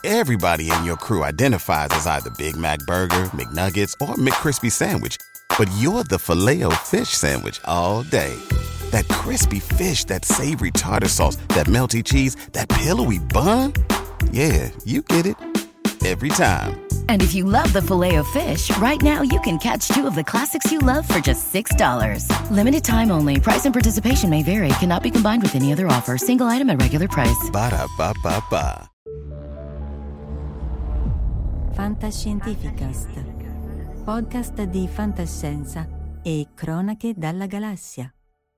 Everybody in your crew identifies as either Big Mac Burger, McNuggets, or McCrispy Sandwich. But you're the Filet-O-Fish Sandwich all day. That crispy fish, that savory tartar sauce, that melty cheese, that pillowy bun. Yeah, you get it. Every time. And if you love the Filet-O-Fish, right now you can catch two of the classics you love for just $6. Limited time only. Price and participation may vary. Cannot be combined with any other offer. Single item at regular price. Ba-da-ba-ba-ba. Fantascientificast, podcast di fantascienza e cronache dalla galassia.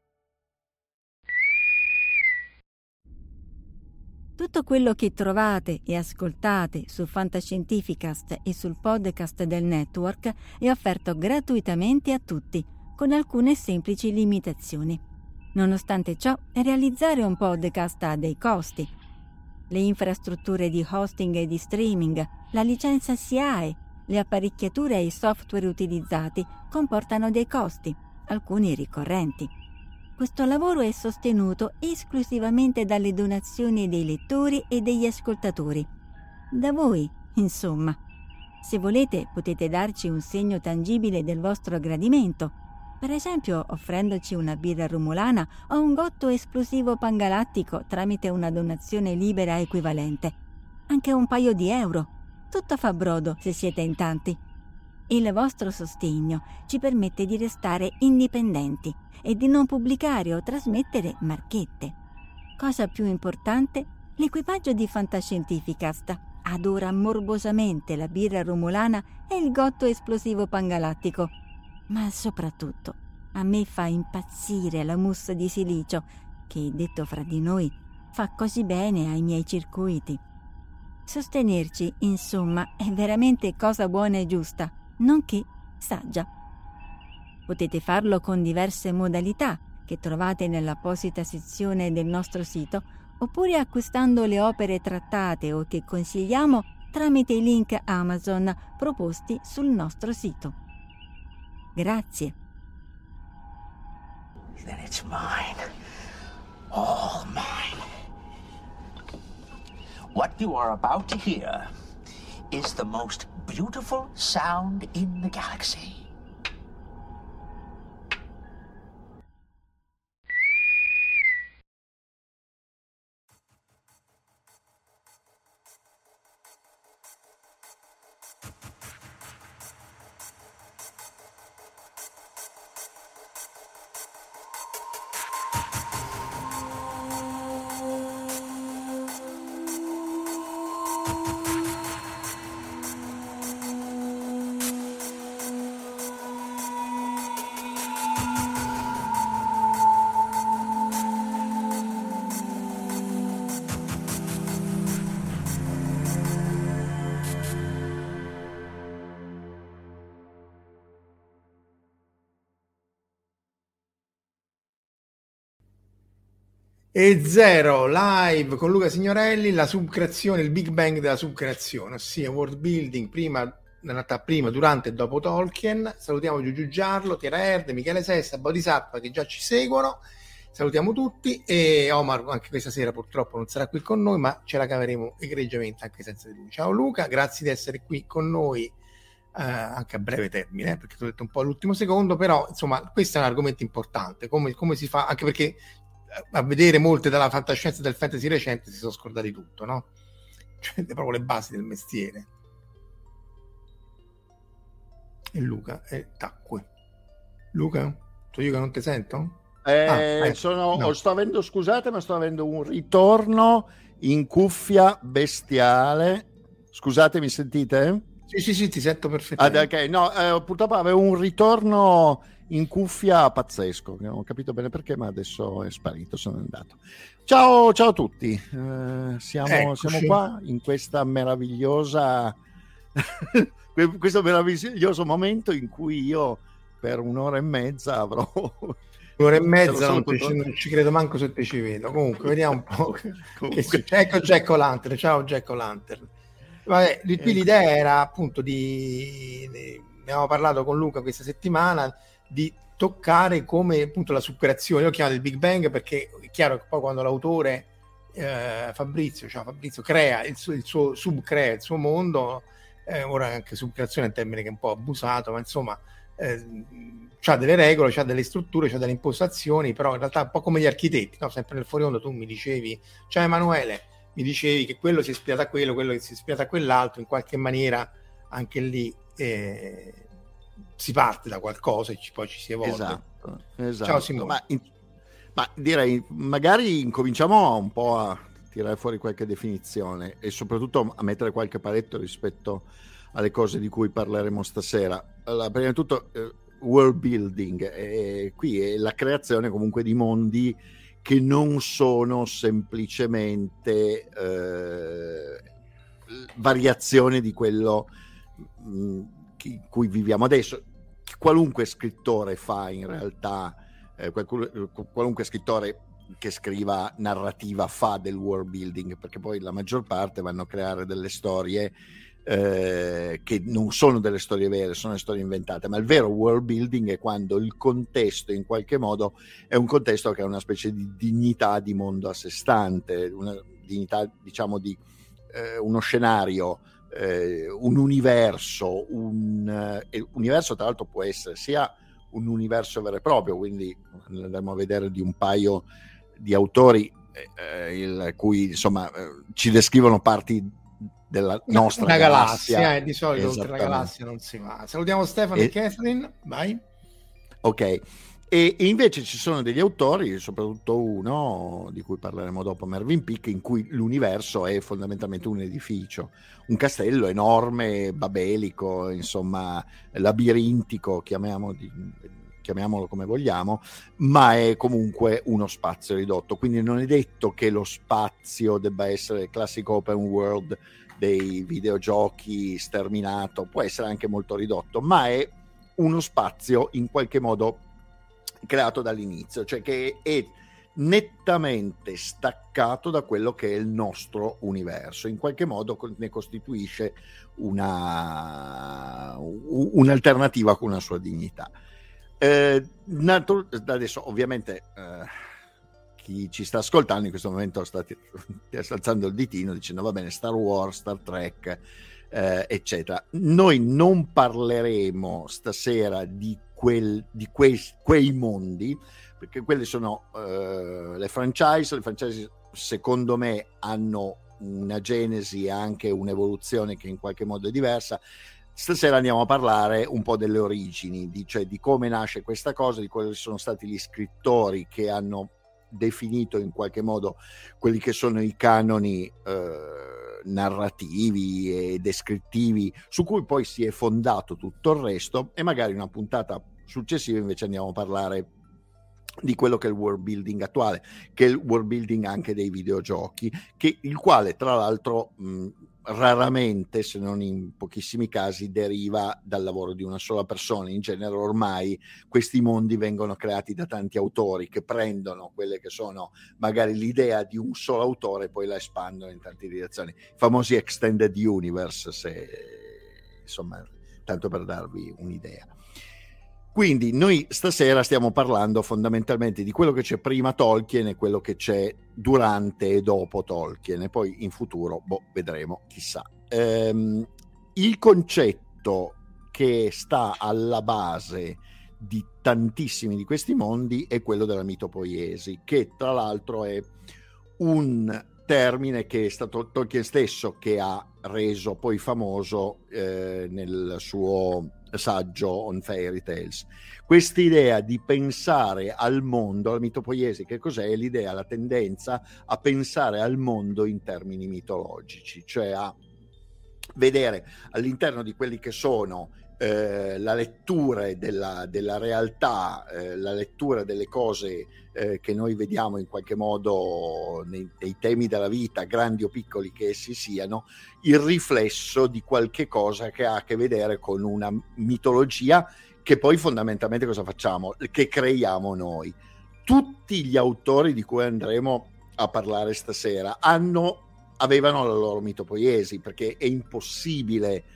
Tutto quello che trovate e ascoltate su Fantascientificast e sul podcast del network è offerto gratuitamente a tutti, con alcune semplici limitazioni. Nonostante ciò, realizzare un podcast ha dei costi. Le infrastrutture di hosting e di streaming, la licenza SIAE, le apparecchiature e i software utilizzati comportano dei costi, alcuni ricorrenti. Questo lavoro è sostenuto esclusivamente dalle donazioni dei lettori e degli ascoltatori. Da voi, insomma. Se volete, potete darci un segno tangibile del vostro gradimento, per esempio offrendoci una birra rumulana o un gotto esplosivo pangalattico tramite una donazione libera equivalente. Anche un paio di euro. Tutto fa brodo se siete in tanti. Il vostro sostegno ci permette di restare indipendenti e di non pubblicare o trasmettere marchette. Cosa più importante, l'equipaggio di Fantascientificast adora morbosamente la birra romulana e il gotto esplosivo pangalattico. Ma soprattutto, a me fa impazzire la mousse di silicio, che, detto fra di noi, fa così bene ai miei circuiti. Sostenerci, insomma, è veramente cosa buona e giusta, nonché saggia. Potete farlo con diverse modalità che trovate nell'apposita sezione del nostro sito, oppure acquistando le opere trattate o che consigliamo tramite i link Amazon proposti sul nostro sito. Grazie. Then it's mine. All mine. What you are about to hear is the most beautiful sound in the galaxy. E zero live con Luca Signorelli, la subcreazione, il Big Bang della subcreazione, ossia world building prima, in realtà prima, durante e dopo Tolkien. Salutiamo Giugiu Giarlo, Tiera Erde, Michele Sessa, Bodhisattva che già ci seguono. Salutiamo tutti e Omar anche questa sera purtroppo non sarà qui con noi, ma ce la caveremo egregiamente anche senza di lui. Ciao Luca, grazie di essere qui con noi anche a breve termine, perché ti ho detto un po' all'ultimo secondo, però insomma questo è un argomento importante, come si fa, anche perché a vedere molte della fantascienza del fantasy recente si sono scordati tutto, no? Cioè proprio le basi del mestiere. E Luca tacque. Luca? Io che non ti sento? Sto avendo, scusate, ma sto avendo un ritorno in cuffia bestiale. Scusate, mi sentite? Sì, ti sento perfettamente. Ok, no, purtroppo avevo un ritorno in cuffia pazzesco, non ho capito bene perché, ma adesso è sparito, sono andato. Ciao a tutti, siamo qua in questa meravigliosa questo meraviglioso momento in cui io per un'ora e mezza avrò un'ora e mezza, non ci credo manco se te ci vedo. Comunque vediamo un po'. Ecco Jack O'Lantern, ciao Jack O'Lantern. Vabbè, l'idea era appunto ne abbiamo parlato con Luca questa settimana, di toccare come appunto la subcreazione. Io ho chiamato il Big Bang perché è chiaro che poi quando l'autore Fabrizio crea il suo subcrea il suo mondo, ora anche subcreazione è un termine che è un po' abusato, ma insomma c'ha delle regole, c'ha delle strutture, c'ha delle impostazioni, però in realtà è un po' come gli architetti, no? Sempre nel fuori onda tu mi dicevi, ciao Emanuele, mi dicevi che quello si è ispirato a quello che si è ispirato a quell'altro, in qualche maniera anche lì si parte da qualcosa e poi ci si evolve. Esatto. Ciao Simone. Ma direi, magari incominciamo un po' a tirare fuori qualche definizione e soprattutto a mettere qualche paletto rispetto alle cose di cui parleremo stasera. Allora, prima di tutto world building, qui è la creazione comunque di mondi che non sono semplicemente variazione di quello in cui viviamo adesso. Qualunque scrittore fa in realtà, qualunque scrittore che scriva narrativa fa del world building, perché poi la maggior parte vanno a creare delle storie che non sono delle storie vere, sono le storie inventate, ma il vero world building è quando il contesto in qualche modo è un contesto che ha una specie di dignità di mondo a sé stante, una dignità, diciamo, di uno scenario, un universo, universo tra l'altro può essere sia un universo vero e proprio, quindi andremo a vedere di un paio di autori cui insomma ci descrivono parti della nostra galassia. Di solito oltre la galassia non si va. Salutiamo Stefano e Catherine, vai. Ok. E invece ci sono degli autori, soprattutto uno di cui parleremo dopo, Mervyn Peake, in cui l'universo è fondamentalmente un edificio, un castello enorme, babelico, insomma labirintico, chiamiamolo come vogliamo, ma è comunque uno spazio ridotto, quindi non è detto che lo spazio debba essere il classico open world dei videogiochi sterminato, può essere anche molto ridotto, ma è uno spazio in qualche modo creato dall'inizio, cioè che è nettamente staccato da quello che è il nostro universo, in qualche modo ne costituisce un'alternativa con una sua dignità. Adesso ovviamente chi ci sta ascoltando in questo momento sta alzando il ditino dicendo va bene, Star Wars, Star Trek, eccetera. Noi non parleremo stasera di quei mondi, perché quelle sono le franchise secondo me hanno una genesi e anche un'evoluzione che in qualche modo è diversa. Stasera andiamo a parlare un po' delle origini, cioè di come nasce questa cosa, di quali sono stati gli scrittori che hanno definito in qualche modo quelli che sono i canoni narrativi e descrittivi su cui poi si è fondato tutto il resto, e magari in una puntata successiva invece andiamo a parlare di quello che è il world building attuale, che è il world building anche dei videogiochi, il quale tra l'altro raramente, se non in pochissimi casi, deriva dal lavoro di una sola persona. In genere ormai questi mondi vengono creati da tanti autori che prendono quelle che sono magari l'idea di un solo autore e poi la espandono in tante direzioni, i famosi extended universe, insomma, tanto per darvi un'idea. Quindi noi stasera stiamo parlando fondamentalmente di quello che c'è prima Tolkien e quello che c'è durante e dopo Tolkien, e poi in futuro, vedremo, chissà. Il concetto che sta alla base di tantissimi di questi mondi è quello della mitopoiesi, che tra l'altro è un termine che è stato Tolkien stesso che ha reso poi famoso nel suo saggio On Fairy Tales. Questa idea di pensare al mondo, la mitopoiesi, che cos'è? L'idea, la tendenza a pensare al mondo in termini mitologici, cioè a vedere all'interno di quelli che sono la lettura della realtà, la lettura delle cose che noi vediamo in qualche modo nei temi della vita, grandi o piccoli che essi siano, il riflesso di qualche cosa che ha a che vedere con una mitologia che poi fondamentalmente cosa facciamo? Che creiamo noi. Tutti gli autori di cui andremo a parlare stasera avevano la loro mitopoiesi, perché è impossibile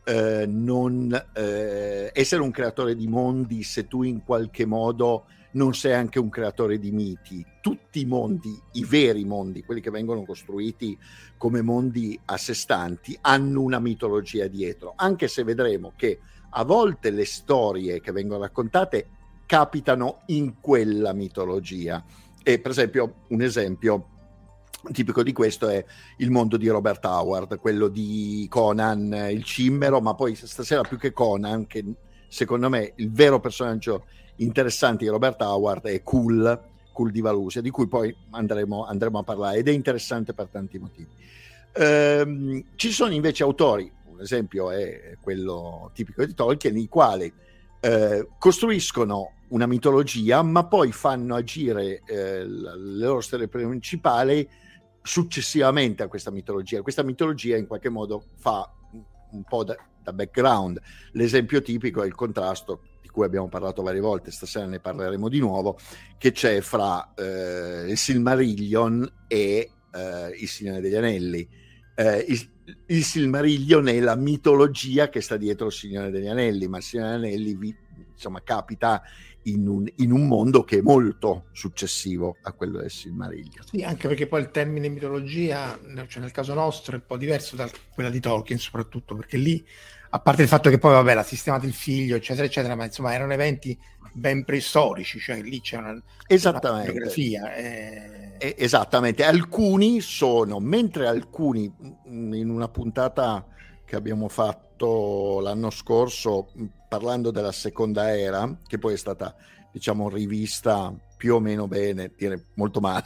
non essere un creatore di mondi se tu in qualche modo non sei anche un creatore di miti. Tutti i mondi, i veri mondi, quelli che vengono costruiti come mondi a sé stanti, hanno una mitologia dietro, anche se vedremo che a volte le storie che vengono raccontate capitano in quella mitologia. E per esempio, un esempio tipico di questo è il mondo di Robert Howard, quello di Conan il Cimmero, ma poi stasera più che Conan, che secondo me il vero personaggio interessante di Robert Howard è Kul di Valusia, di cui poi andremo a parlare, ed è interessante per tanti motivi. Ci sono invece autori, un esempio è quello tipico di Tolkien, i quali costruiscono una mitologia ma poi fanno agire le loro storie principali successivamente a questa mitologia. Questa mitologia in qualche modo fa un po' da background. L'esempio tipico è il contrasto di cui abbiamo parlato varie volte, stasera ne parleremo di nuovo, che c'è fra il Silmarillion e il Signore degli Anelli. Il Silmarillion è la mitologia che sta dietro il Signore degli Anelli, ma il Signore degli Anelli capita in un mondo che è molto successivo a quello del Silmarillion. Sì, anche perché poi il termine mitologia, cioè nel caso nostro, è un po' diverso da quella di Tolkien, soprattutto perché lì, a parte il fatto che poi l'ha sistemato il figlio, eccetera eccetera, ma insomma erano eventi ben preistorici, cioè lì c'è una biografia. Esattamente, alcuni sono, mentre alcuni, in una puntata che abbiamo fatto l'anno scorso parlando della seconda era, che poi è stata rivista più o meno bene, dire molto male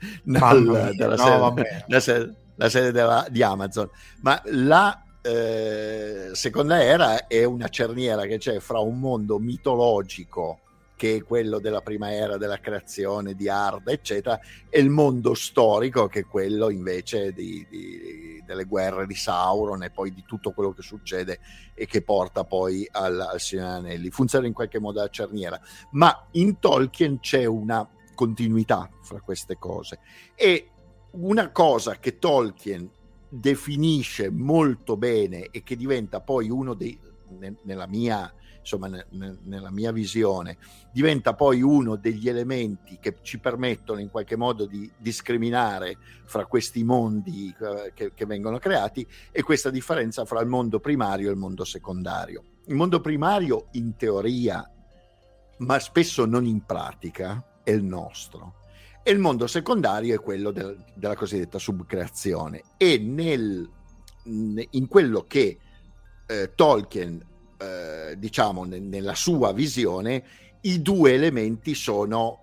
la serie di Amazon, ma la seconda era è una cerniera che c'è fra un mondo mitologico, che è quello della prima era, della creazione di Arda eccetera, e il mondo storico, che è quello invece delle guerre di Sauron e poi di tutto quello che succede e che porta poi al Signore degli Anelli. Funziona in qualche modo la cerniera, ma in Tolkien c'è una continuità fra queste cose, e una cosa che Tolkien definisce molto bene e che diventa poi uno dei, nella mia visione, diventa poi uno degli elementi che ci permettono in qualche modo di discriminare fra questi mondi che vengono creati, e questa differenza fra il mondo primario e il mondo secondario. Il mondo primario in teoria, ma spesso non in pratica, è il nostro, e il mondo secondario è quello della cosiddetta subcreazione. E in quello che Tolkien nella sua visione, i due elementi sono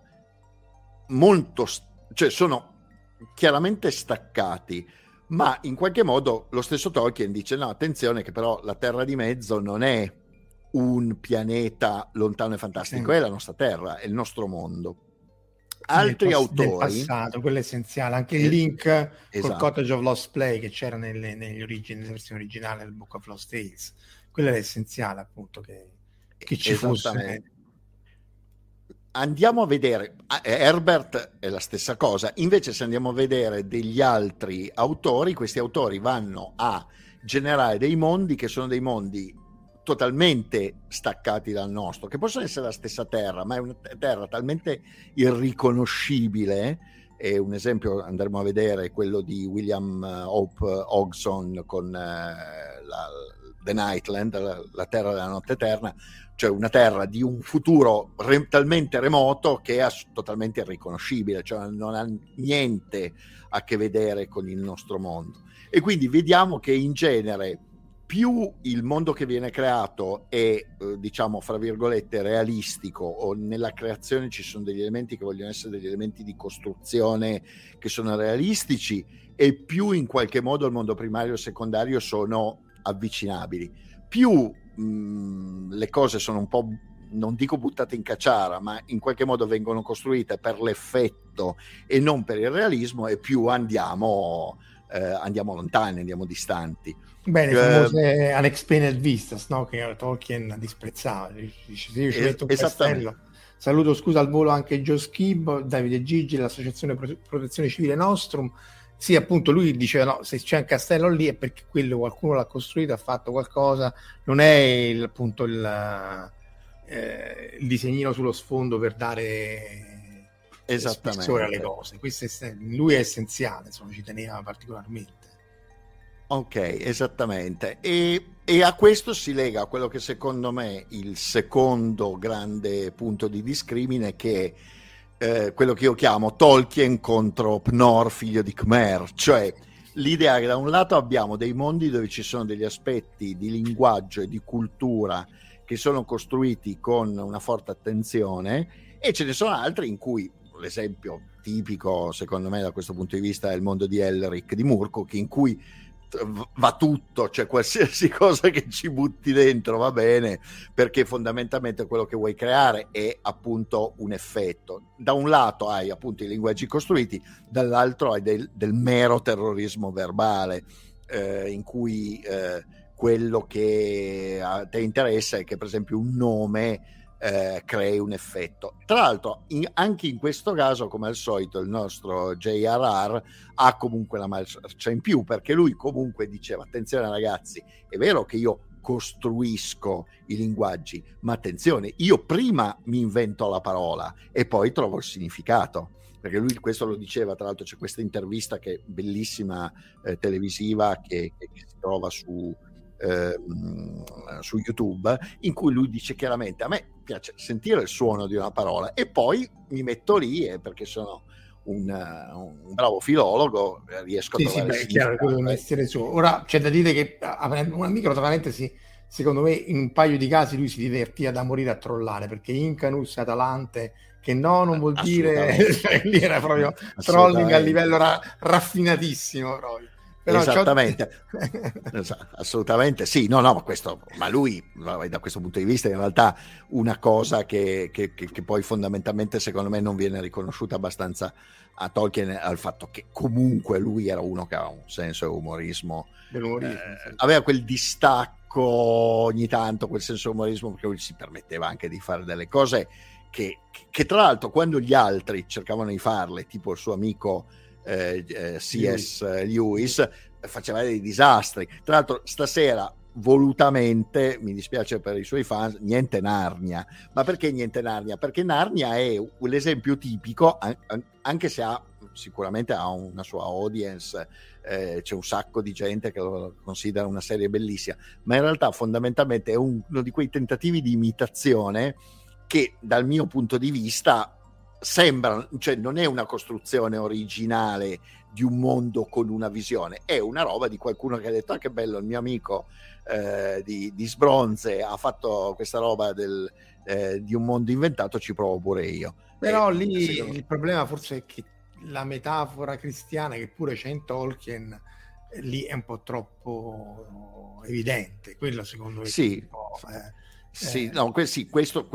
sono chiaramente staccati, ma in qualche modo lo stesso Tolkien dice no, attenzione che però la Terra di Mezzo non è un pianeta lontano e fantastico, è la nostra Terra, è il nostro mondo. Altri autori del passato, quello è essenziale, anche il link col Cottage of Lost Play che c'era nelle versioni originali del Book of Lost Tales, quello è essenziale, appunto, che ci fosse. Andiamo a vedere Herbert, è la stessa cosa. Invece se andiamo a vedere degli altri autori, questi autori vanno a generare dei mondi che sono dei mondi totalmente staccati dal nostro, che possono essere la stessa terra, ma è una terra talmente irriconoscibile. E un esempio andremo a vedere quello di William Hope Hodgson con The Nightland, la terra della notte eterna, cioè una terra di un futuro talmente remoto che è totalmente irriconoscibile, cioè non ha niente a che vedere con il nostro mondo. E quindi vediamo che in genere più il mondo che viene creato è, fra virgolette, realistico, o nella creazione ci sono degli elementi che vogliono essere degli elementi di costruzione che sono realistici, e più in qualche modo il mondo primario e secondario sono avvicinabili. Più le cose sono un po', non dico buttate in cacciara, ma in qualche modo vengono costruite per l'effetto e non per il realismo, e più andiamo lontani, andiamo distanti. Bene, famose Unexplained Vistas, no? Che Tolkien disprezzava. Dice, io ci metto un castello. Saluto, scusa al volo, anche Joe Skib, Davide Gigi, l'associazione Protezione Civile Nostrum. Sì, appunto, lui diceva no, se c'è un castello lì è perché quello qualcuno l'ha costruito, ha fatto qualcosa, non è appunto il disegnino sullo sfondo per dare spessore alle cose. Questo lui è essenziale, insomma, ci teneva particolarmente. Ok, esattamente. E a questo si lega quello che secondo me il secondo grande punto di discrimine, che è quello che io chiamo Tolkien contro Pnor, figlio di Khmer, cioè l'idea che da un lato abbiamo dei mondi dove ci sono degli aspetti di linguaggio e di cultura che sono costruiti con una forte attenzione, e ce ne sono altri in cui, l'esempio tipico secondo me da questo punto di vista è il mondo di Elric di Murkoch, in cui va tutto, cioè qualsiasi cosa che ci butti dentro va bene, perché fondamentalmente quello che vuoi creare è appunto un effetto. Da un lato hai appunto i linguaggi costruiti, dall'altro hai del mero terrorismo verbale, in cui quello che a te interessa è che per esempio un nome crei un effetto. Tra l'altro anche in questo caso, come al solito, il nostro J.R.R. ha comunque la marcia in più, perché lui comunque diceva attenzione ragazzi, è vero che io costruisco i linguaggi, ma attenzione, io prima mi invento la parola e poi trovo il significato, perché lui questo lo diceva. Tra l'altro c'è questa intervista che è bellissima, televisiva, che si trova su YouTube, in cui lui dice chiaramente: a me piace sentire il suono di una parola e poi mi metto lì, e perché sono un bravo filologo riesco a trovare è chiaro, quello è un mestiere suo. Ora c'è da dire che, aprendo una micro parentesi, secondo me in un paio di casi lui si divertiva da morire a trollare, perché Incanus Atalante, che non vuol dire lì era proprio trolling a livello raffinatissimo proprio. Però esattamente. Assolutamente sì, no, ma lui da questo punto di vista in realtà una cosa che poi fondamentalmente secondo me non viene riconosciuta abbastanza a Tolkien, al fatto che comunque lui era uno che aveva un senso di umorismo, sì. Aveva quel distacco ogni tanto, quel senso di umorismo, perché lui si permetteva anche di fare delle cose che tra l'altro quando gli altri cercavano di farle, tipo il suo amico C.S. Lewis, faceva dei disastri. Tra l'altro stasera volutamente, mi dispiace per i suoi fan, niente Narnia. Ma perché niente Narnia? Perché Narnia è l'esempio tipico, anche se sicuramente ha una sua audience, c'è un sacco di gente che lo considera una serie bellissima, ma in realtà fondamentalmente è uno di quei tentativi di imitazione che dal mio punto di vista sembra, cioè non è una costruzione originale di un mondo con una visione, è una roba di qualcuno che ha detto: ah, che bello, il mio amico di Sbronze ha fatto questa roba di un mondo inventato, ci provo pure io. Però lì il problema forse è che la metafora cristiana, che pure c'è in Tolkien, lì è un po' troppo evidente, quello secondo me. Sì, sì, no, sì, questo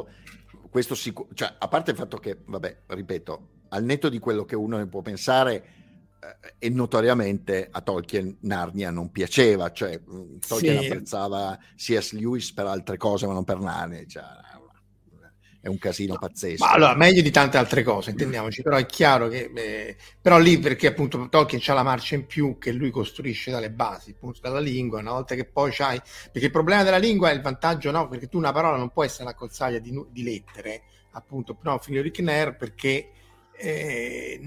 cioè, a parte il fatto che, vabbè, ripeto, al netto di quello che uno ne può pensare, e notoriamente a Tolkien Narnia non piaceva, cioè Tolkien apprezzava C.S. Lewis per altre cose ma non per Narnia, cioè, è un casino pazzesco. Ma allora, meglio di tante altre cose, intendiamoci, però è chiaro che però lì, perché appunto Tolkien c'ha la marcia in più che lui costruisce dalle basi, appunto dalla lingua, una volta che poi c'hai, perché il problema della lingua è il vantaggio, no, perché tu una parola non può essere una cozzaglia di lettere, appunto, no, figlio di Khmer, perché è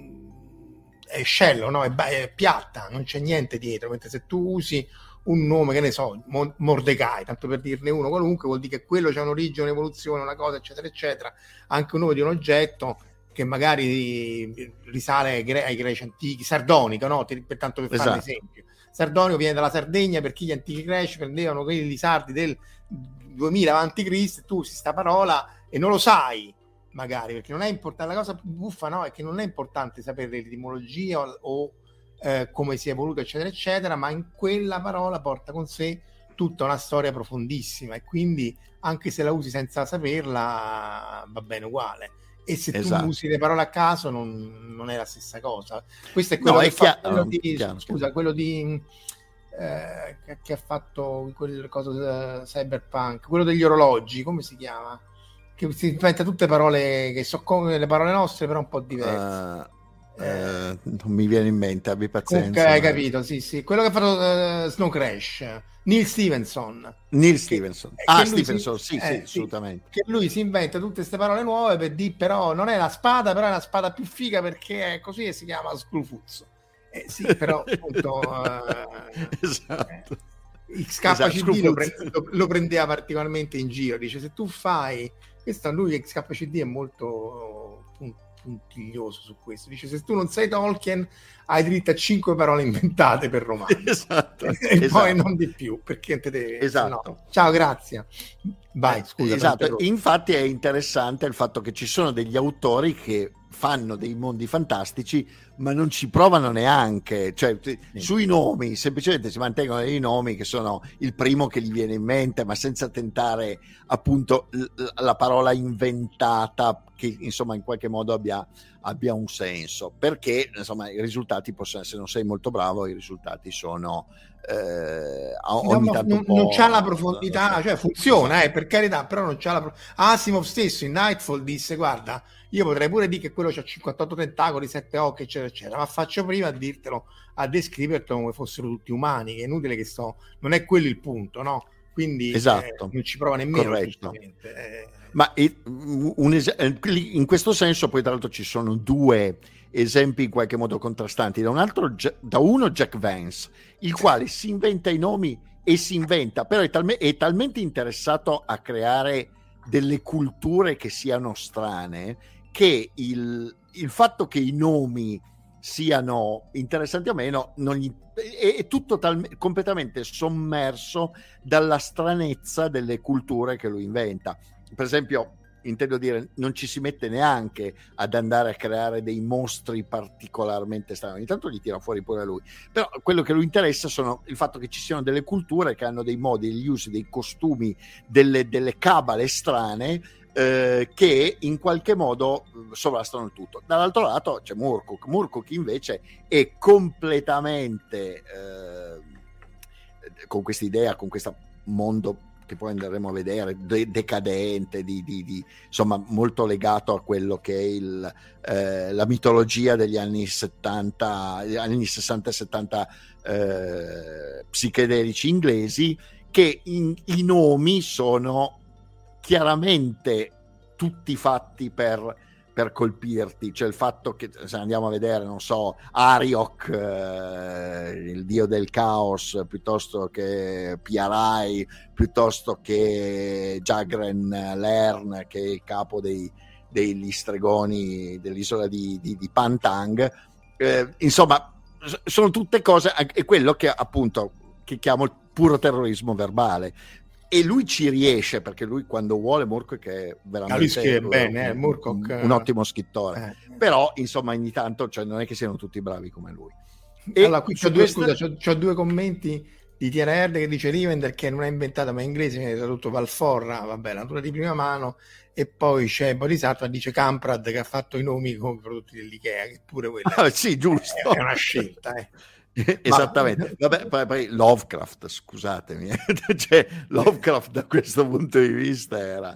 scello, no, è piatta, non c'è niente dietro, mentre se tu usi un nome, che ne so, Mordecai, tanto per dirne uno qualunque, vuol dire che quello c'è un'origine, un'evoluzione, una cosa, eccetera, eccetera. Anche un nome di un oggetto che magari risale ai greci antichi, sardonico, no? Tanto per fare un esempio. Sardonico viene dalla Sardegna, perché gli antichi greci prendevano quelli sardi del 2000 avanti Cristo, tu usi sta parola e non lo sai, magari, perché non è importante. La cosa più buffa, no, è che non è importante sapere l'etimologia o come si è evoluto, eccetera eccetera, ma in quella parola porta con sé tutta una storia profondissima, e quindi anche se la usi senza saperla va bene uguale, e se tu usi le parole a caso non è la stessa cosa. Questo è quello quello che ha fatto quel coso cyberpunk, quello degli orologi, come si chiama, che si inventa tutte parole che sono come le parole nostre però un po' diverse. non mi viene in mente, abbi pazienza. Ok, hai capito, sì. Quello che ha fatto Snow Crash, Neil Stephenson. Stephenson, sì, assolutamente. Che lui si inventa tutte queste parole nuove per dire, però non è la spada, però è la spada più figa perché è così e si chiama Scrufuzzo. Sì, però appunto esatto. XKCD lo prendeva particolarmente in giro, dice se tu fai questo, lui XKCD è molto puntiglioso su questo, dice se tu non sei Tolkien hai diritto a 5 parole inventate per romanzo. Esatto, e poi non di più perché te deve... esatto. No. Ciao, grazie, vai, scusa. Esatto, infatti è interessante il fatto che ci sono degli autori che fanno dei mondi fantastici ma non ci provano neanche, cioè sui nomi semplicemente si mantengono dei nomi che sono il primo che gli viene in mente, ma senza tentare appunto la parola inventata che insomma in qualche modo abbia un senso, perché insomma i risultati possono, se non sei molto bravo, i risultati sono ogni tanto un po', non c'ha la profondità, cioè funziona, per carità, però non c'ha la Asimov stesso in Nightfall disse guarda, io potrei pure dire che quello c'ha 58 tentacoli, 7 occhi, eccetera eccetera, ma faccio prima a dirtelo, a descrivertelo come fossero tutti umani, che è inutile che non è quello il punto, no? Quindi esatto, non ci prova nemmeno. Corretto. Ma in questo senso poi tra l'altro ci sono due esempi in qualche modo contrastanti. Da uno Jack Vance, il quale si inventa i nomi e si inventa, però è talmente interessato a creare delle culture che siano strane che il fatto che i nomi siano interessanti o meno è tutto completamente sommerso dalla stranezza delle culture che lui inventa. Per esempio, intendo dire, non ci si mette neanche ad andare a creare dei mostri particolarmente strani, ogni tanto li tira fuori pure lui, però quello che lui interessa sono il fatto che ci siano delle culture che hanno dei modi, degli usi, dei costumi, delle cabale strane che in qualche modo sovrastano il tutto. Dall'altro lato c'è Moorcock invece è completamente con questa idea, con questo mondo che poi andremo a vedere decadente, insomma molto legato a quello che è la mitologia degli anni 60 e 70 psichedelici inglesi, che i nomi sono chiaramente tutti fatti per colpirti, cioè il fatto che se andiamo a vedere, non so, Ariok, il dio del caos, piuttosto che Piarai, piuttosto che Jagren Lern, che è il capo degli stregoni dell'isola di Pantang, insomma sono tutte cose, è quello che appunto che chiamo il puro terrorismo verbale. E lui ci riesce, perché lui quando vuole Moorcock è veramente un ottimo scrittore, però insomma ogni tanto, cioè, non è che siano tutti bravi come lui. E allora qui c'ho due commenti di Tierra Herd che dice Rivendell che non è inventata, ma in inglese viene tradotto Valforra, vabbè, natura di prima mano, e poi c'è Bodhisattva, dice Camprad che ha fatto i nomi come prodotti dell'Ikea, che pure quella sì, giusto, è una scelta, esattamente. Vabbè, poi Lovecraft, scusatemi, cioè, Lovecraft da questo punto di vista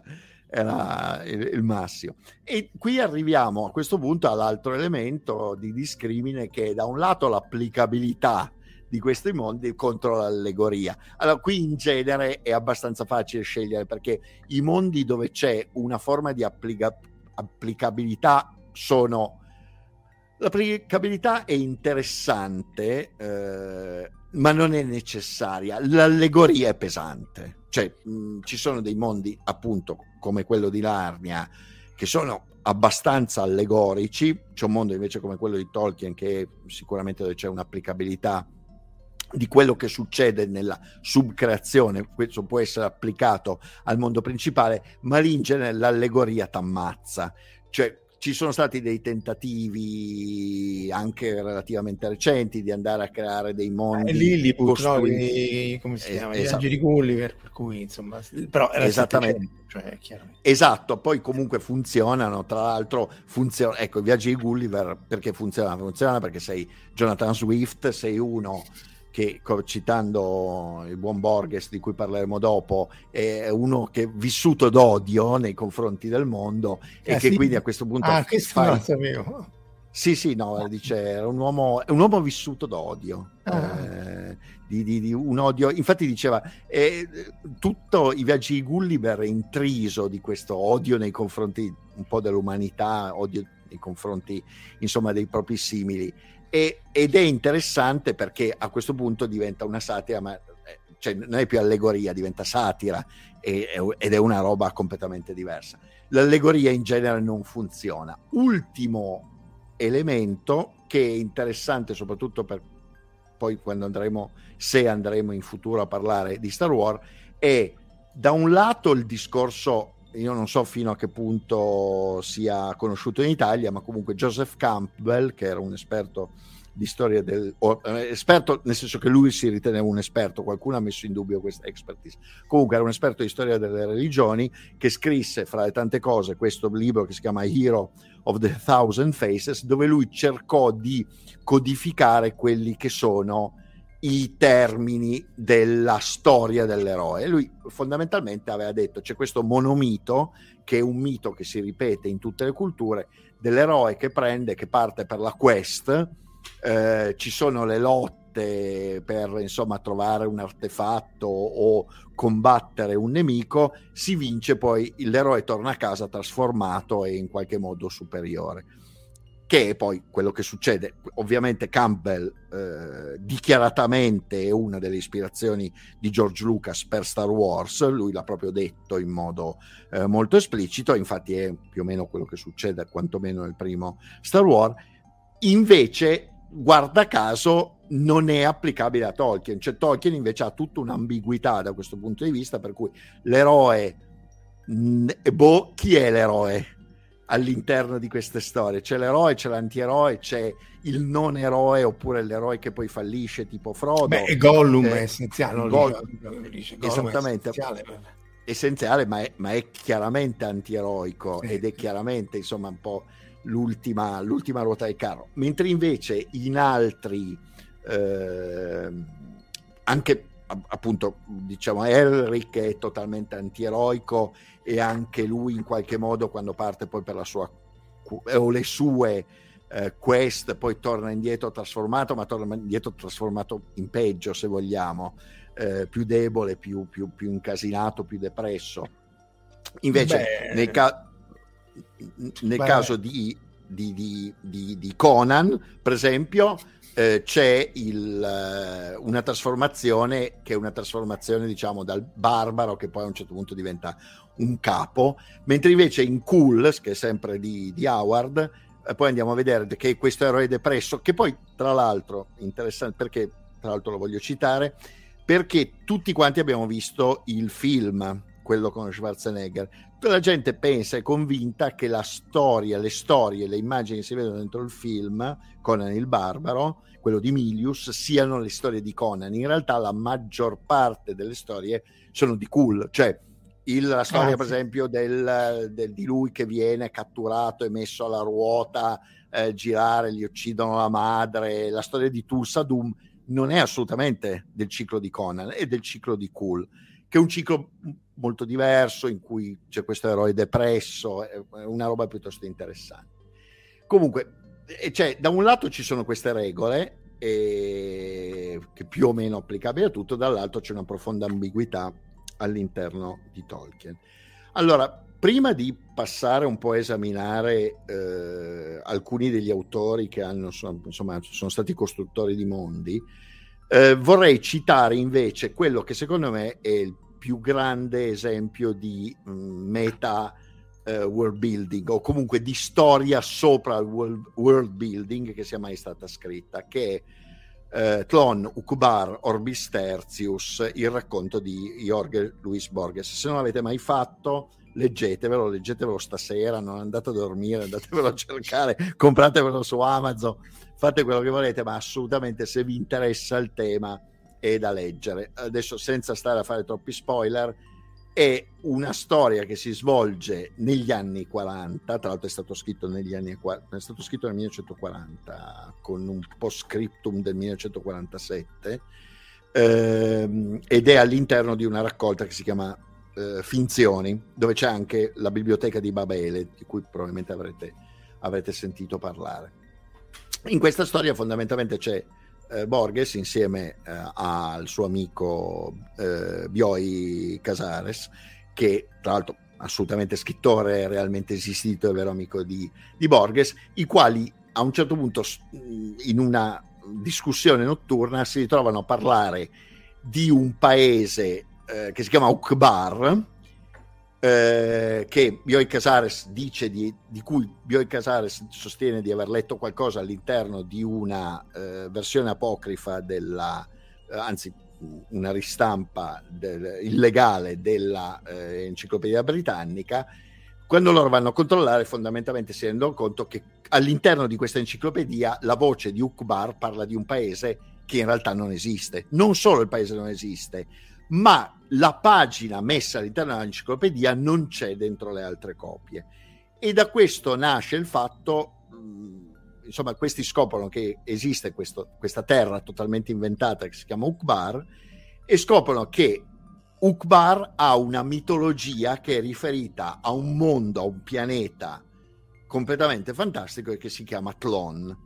era il massimo. E qui arriviamo a questo punto all'altro elemento di discrimine, che è da un lato l'applicabilità di questi mondi contro l'allegoria. Allora qui in genere è abbastanza facile scegliere, perché i mondi dove c'è una forma di applicabilità sono... L'applicabilità è interessante, ma non è necessaria. L'allegoria è pesante, cioè ci sono dei mondi appunto come quello di Narnia che sono abbastanza allegorici, c'è un mondo invece come quello di Tolkien che è sicuramente dove c'è un'applicabilità di quello che succede nella subcreazione. Questo può essere applicato al mondo principale, ma lì in genere l'allegoria t'ammazza, cioè ci sono stati dei tentativi anche relativamente recenti di andare a creare dei mondi Lilliput, no? Come si chiama? Gli angeli Gulliver, per cui insomma, però era esattamente, cioè, chiaramente. Esatto, poi comunque funzionano, tra l'altro ecco, i viaggi di Gulliver perché funziona perché sei Jonathan Swift, sei uno che, citando il buon Borges di cui parleremo dopo, è uno che è vissuto d'odio nei confronti del mondo e che quindi a questo punto questo non lo sapevo. Sì, no, dice è un uomo vissuto d'odio, di un odio. Infatti diceva tutto i viaggi di Gulliver è intriso di questo odio nei confronti un po' dell'umanità, odio nei confronti insomma dei propri simili, ed è interessante perché a questo punto diventa una satira, ma cioè non è più allegoria, diventa satira ed è una roba completamente diversa. L'allegoria in genere non funziona. Ultimo elemento che è interessante soprattutto per poi quando se andremo in futuro a parlare di Star Wars, è da un lato il discorso, io non so fino a che punto sia conosciuto in Italia, ma comunque Joseph Campbell, che era un esperto di storia esperto nel senso che lui si riteneva un esperto, qualcuno ha messo in dubbio questa expertise, comunque era un esperto di storia delle religioni, che scrisse fra le tante cose questo libro che si chiama Hero of the Thousand Faces, dove lui cercò di codificare quelli che sono i termini della storia dell'eroe. E lui fondamentalmente aveva detto c'è questo monomito, che è un mito che si ripete in tutte le culture, dell'eroe che parte per la quest. Ci sono le lotte per insomma trovare un artefatto o combattere un nemico, si vince, poi l'eroe torna a casa trasformato e in qualche modo superiore, che è poi quello che succede. Ovviamente Campbell dichiaratamente è una delle ispirazioni di George Lucas per Star Wars, lui l'ha proprio detto in modo molto esplicito, infatti è più o meno quello che succede quantomeno nel primo Star Wars. Invece guarda caso non è applicabile a Tolkien, cioè Tolkien invece ha tutta un'ambiguità da questo punto di vista, per cui l'eroe, chi è l'eroe all'interno di queste storie? C'è l'eroe, c'è l'antieroe, c'è il non eroe oppure l'eroe che poi fallisce tipo Frodo. Beh, Gollum è essenziale, esattamente, essenziale, ma è chiaramente antieroico, sì, ed è chiaramente insomma un po' l'ultima ruota del carro, mentre invece in altri anche appunto diciamo Elric è totalmente antieroico, e anche lui in qualche modo quando parte poi per la sua o le sue quest poi torna indietro trasformato, ma torna indietro trasformato in peggio, se vogliamo, più debole, più incasinato, più depresso. Invece nel caso di Conan, per esempio, c'è una trasformazione che è una trasformazione diciamo dal barbaro che poi a un certo punto diventa un capo, mentre invece in Cool, che è sempre di Howard, poi andiamo a vedere che è questo eroe depresso, che poi tra l'altro interessante, perché tra l'altro lo voglio citare, perché tutti quanti abbiamo visto il film, quello con Schwarzenegger. Tutta la gente pensa, è convinta che le storie, le immagini che si vedono dentro il film Conan il Barbaro, quello di Milius, siano le storie di Conan. In realtà la maggior parte delle storie sono di Cool, cioè la storia per esempio di lui che viene catturato e messo alla ruota, girare, gli uccidono la madre, la storia di Tulsa Doom non è assolutamente del ciclo di Conan, è del ciclo di Cool, che è un ciclo molto diverso in cui c'è questo eroe depresso, è una roba piuttosto interessante. Comunque, cioè, da un lato ci sono queste regole che più o meno applicabili a tutto, dall'altro c'è una profonda ambiguità all'interno di Tolkien. Allora, prima di passare un po' a esaminare alcuni degli autori che sono stati costruttori di mondi, vorrei citare invece quello che secondo me è il più grande esempio di meta world building, o comunque di storia sopra il world building che sia mai stata scritta, che è Tlön Uqbar Orbis Tertius, il racconto di Jorge Luis Borges. Se non l'avete mai fatto, leggetevelo stasera, non andate a dormire, andatevelo a cercare, compratevelo su Amazon, fate quello che volete, ma assolutamente se vi interessa il tema è da leggere. Adesso, senza stare a fare troppi spoiler, è una storia che si svolge negli anni 40, tra l'altro è stato scritto nel 1940 con un post-scriptum del 1947, ed è all'interno di una raccolta che si chiama Finzioni, dove c'è anche la biblioteca di Babele, di cui probabilmente avrete sentito parlare. In questa storia fondamentalmente c'è Borges insieme al suo amico Bioy Casares, che tra l'altro assolutamente scrittore realmente esistito e vero amico di Borges, i quali a un certo punto in una discussione notturna si ritrovano a parlare di un paese che si chiama Ukbar, che Bioy Casares dice di cui Bioy Casares sostiene di aver letto qualcosa all'interno di una versione apocrifa anzi una ristampa illegale della enciclopedia britannica. Quando loro vanno a controllare, fondamentalmente si rendono conto che all'interno di questa enciclopedia la voce di Ukbar parla di un paese che in realtà non esiste. Non solo il paese non esiste, ma la pagina messa all'interno dell'enciclopedia non c'è dentro le altre copie. E da questo nasce il fatto, insomma, questi scoprono che esiste questa terra totalmente inventata che si chiama Ukbar, e scoprono che Ukbar ha una mitologia che è riferita a un mondo, a un pianeta completamente fantastico e che si chiama Tlon.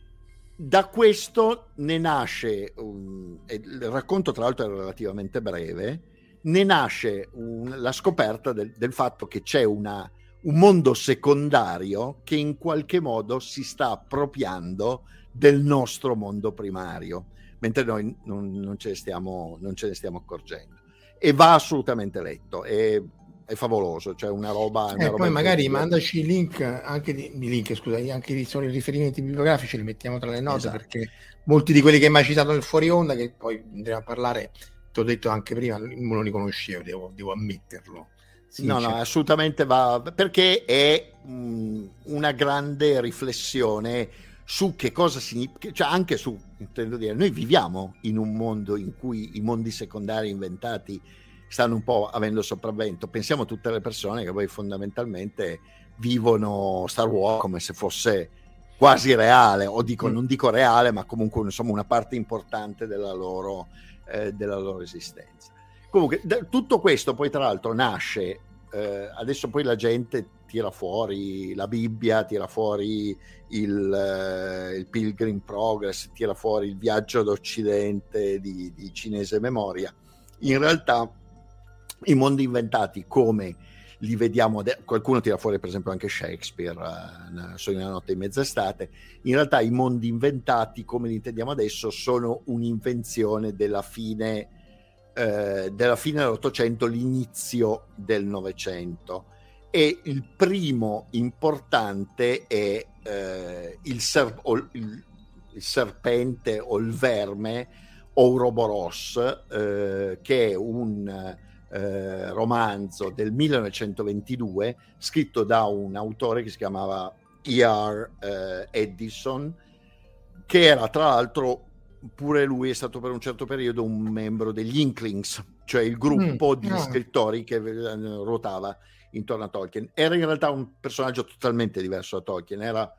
Da questo ne nasce, il racconto tra l'altro è relativamente breve, ne nasce la scoperta del fatto che c'è un mondo secondario che in qualche modo si sta appropriando del nostro mondo primario, mentre noi non ce ne stiamo accorgendo. E va assolutamente letto, è favoloso, cioè una roba poi magari mandaci i link anche anche i riferimenti bibliografici li mettiamo tra le note, esatto. Perché molti di quelli che mi hai citato nel fuori onda, che poi andremo a parlare, ti ho detto anche prima, non li conoscevo, devo ammetterlo. Sì, no, assolutamente va, perché è una grande riflessione su che cosa significa, cioè anche su, intendo dire, noi viviamo in un mondo in cui i mondi secondari inventati stanno un po' avendo sopravvento. Pensiamo a tutte le persone che poi fondamentalmente vivono Star Wars come se fosse quasi reale, non dico reale, ma comunque insomma una parte importante della loro esistenza. Comunque tutto questo poi tra l'altro nasce, adesso poi la gente tira fuori la Bibbia, tira fuori il Pilgrim Progress, tira fuori il Viaggio d'Occidente di Cinese Memoria. In realtà i mondi inventati come li vediamo, qualcuno tira fuori per esempio anche Shakespeare, Sogno di una notte in mezz'estate. In realtà i mondi inventati come li intendiamo adesso sono un'invenzione della fine dell'Ottocento, l'inizio del Novecento, e il primo importante è il serpente o il verme Ouroboros, che è un romanzo del 1922 scritto da un autore che si chiamava E.R. Edison, che era tra l'altro pure lui è stato per un certo periodo un membro degli Inklings, cioè il gruppo di scrittori che ruotava intorno a Tolkien. Era in realtà un personaggio totalmente diverso da Tolkien, era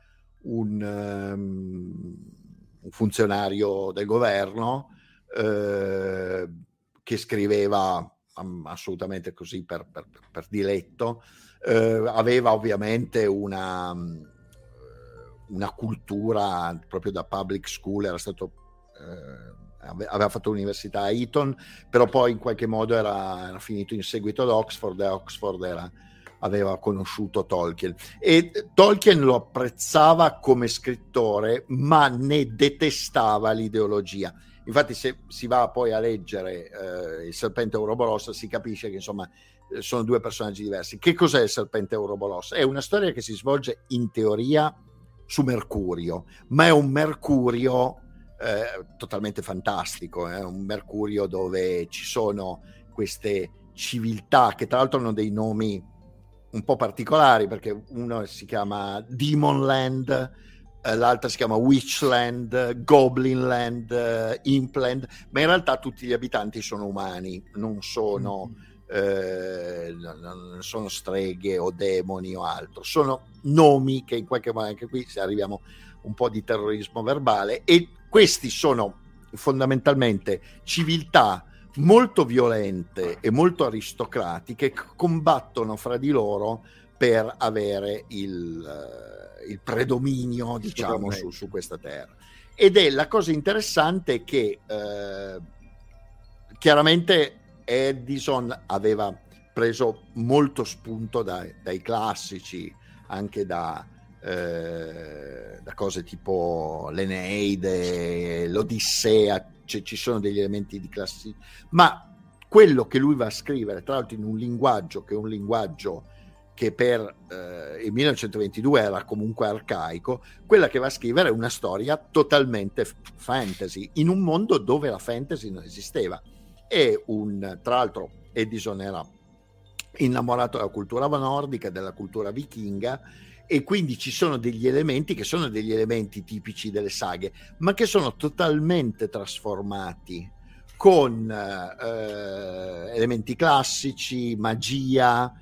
un funzionario del governo che scriveva assolutamente così per diletto, aveva ovviamente una cultura proprio da public school, era stato aveva fatto l'università a Eton, però poi in qualche modo era finito in seguito ad Oxford, e Oxford aveva conosciuto Tolkien, e Tolkien lo apprezzava come scrittore ma ne detestava l'ideologia. Infatti se si va poi a leggere il serpente Ouroboros si capisce che insomma sono due personaggi diversi. Che cos'è il serpente Ouroboros? È una storia che si svolge in teoria su Mercurio, ma è un Mercurio totalmente fantastico, un Mercurio dove ci sono queste civiltà che tra l'altro hanno dei nomi un po' particolari, perché uno si chiama Demonland, l'altra si chiama Witchland, Goblinland, Impland, ma in realtà tutti gli abitanti sono umani, non sono streghe o demoni o altro, sono nomi che in qualche modo, anche qui arriviamo un po' di terrorismo verbale, e questi sono fondamentalmente civiltà molto violente e molto aristocratiche che combattono fra di loro per avere il predominio, diciamo, su questa terra. Ed è la cosa interessante che chiaramente Edison aveva preso molto spunto dai classici, anche da cose tipo l'Eneide, l'Odissea, ci sono degli elementi di classi, ma quello che lui va a scrivere, tra l'altro in un linguaggio che è un linguaggio che per il 1922 era comunque arcaico, quella che va a scrivere è una storia totalmente fantasy, in un mondo dove la fantasy non esisteva. Tra l'altro Edison era innamorato della cultura nordica, della cultura vichinga, e quindi ci sono degli elementi che sono degli elementi tipici delle saghe, ma che sono totalmente trasformati con elementi classici, magia,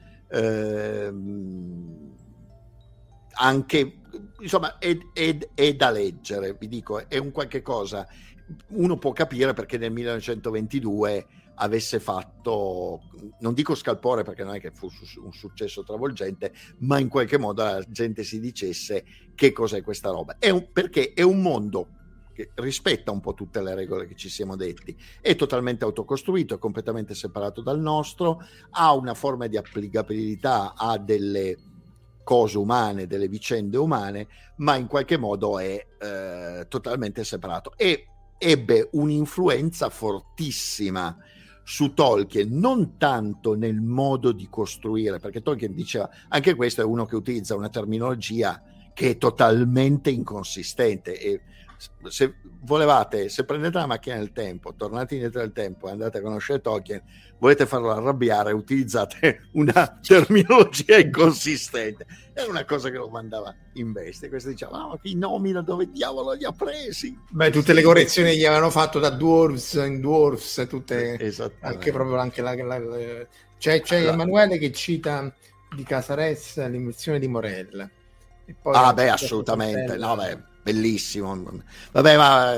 anche, insomma, è da leggere, vi dico, è un qualche cosa, uno può capire perché nel 1922 avesse fatto, non dico scalpore perché non è che fu un successo travolgente, ma in qualche modo la gente si dicesse che cos'è questa roba, perché è un mondo che rispetta un po' tutte le regole che ci siamo detti, è totalmente autocostruito, è completamente separato dal nostro, ha una forma di applicabilità a delle cose umane, delle vicende umane, ma in qualche modo è totalmente separato, e ebbe un'influenza fortissima su Tolkien, non tanto nel modo di costruire, perché Tolkien diceva, anche questo è uno che utilizza una terminologia che è totalmente inconsistente, e se volevate, se prendete la macchina del tempo, tornate indietro nel tempo e andate a conoscere Tolkien, volete farlo arrabbiare, utilizzate una terminologia inconsistente. Era una cosa che lo mandava in bestia. Questo diceva, ma che nomi da dove diavolo li ha presi? Beh, tutte le correzioni che gli avevano fatto da dwarves in dwarfs, tutte, anche proprio anche c'è Emanuele che cita di Casares l'invenzione di Morel. E poi assolutamente, no, bellissimo. Vabbè, ma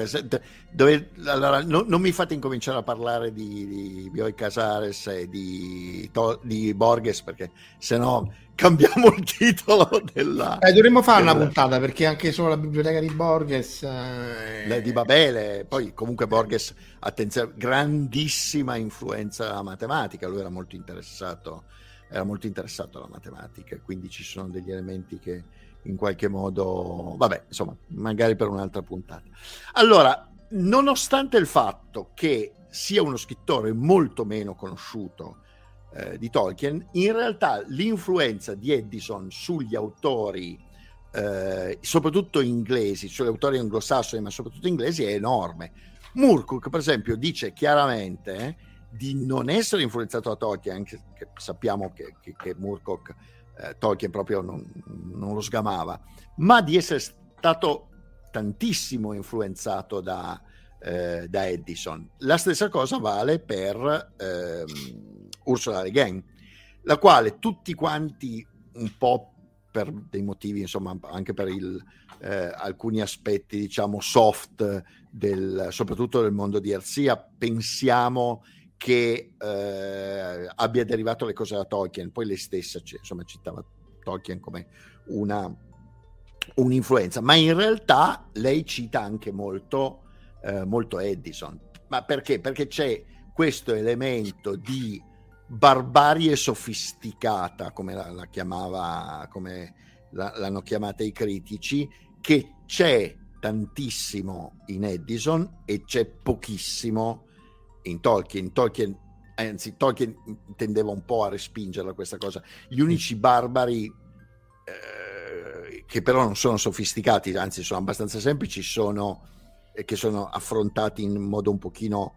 allora, non mi fate incominciare a parlare di Bioy Casares e di Borges, perché sennò cambiamo il titolo dovremmo fare una puntata, perché anche solo la biblioteca di Borges di Babele, poi comunque Borges, attenzione, grandissima influenza alla matematica, lui era molto interessato alla matematica, quindi ci sono degli elementi che in qualche modo, vabbè, insomma, magari per un'altra puntata. Allora, nonostante il fatto che sia uno scrittore molto meno conosciuto di Tolkien, in realtà l'influenza di Edison sugli autori, soprattutto inglesi, sugli autori anglosassoni, ma soprattutto inglesi, è enorme. Moorcock, per esempio, dice chiaramente di non essere influenzato da Tolkien, anche che sappiamo che Moorcock Tolkien proprio non lo sgamava, ma di essere stato tantissimo influenzato da Edison. La stessa cosa vale per Ursula Le Guin, la quale tutti quanti, un po' per dei motivi, insomma, anche per alcuni aspetti, diciamo, soft soprattutto del mondo di Erzia, pensiamo che abbia derivato le cose da Tolkien. Poi lei stessa, insomma, citava Tolkien come un'influenza, ma in realtà lei cita anche molto Edison. Ma perché? Perché c'è questo elemento di barbarie sofisticata, come la chiamava, come l'hanno chiamata i critici, che c'è tantissimo in Edison e c'è pochissimo in Tolkien. Tolkien tendeva un po' a respingerla questa cosa. Gli unici barbari che però non sono sofisticati, anzi sono abbastanza semplici, che sono affrontati in modo un pochino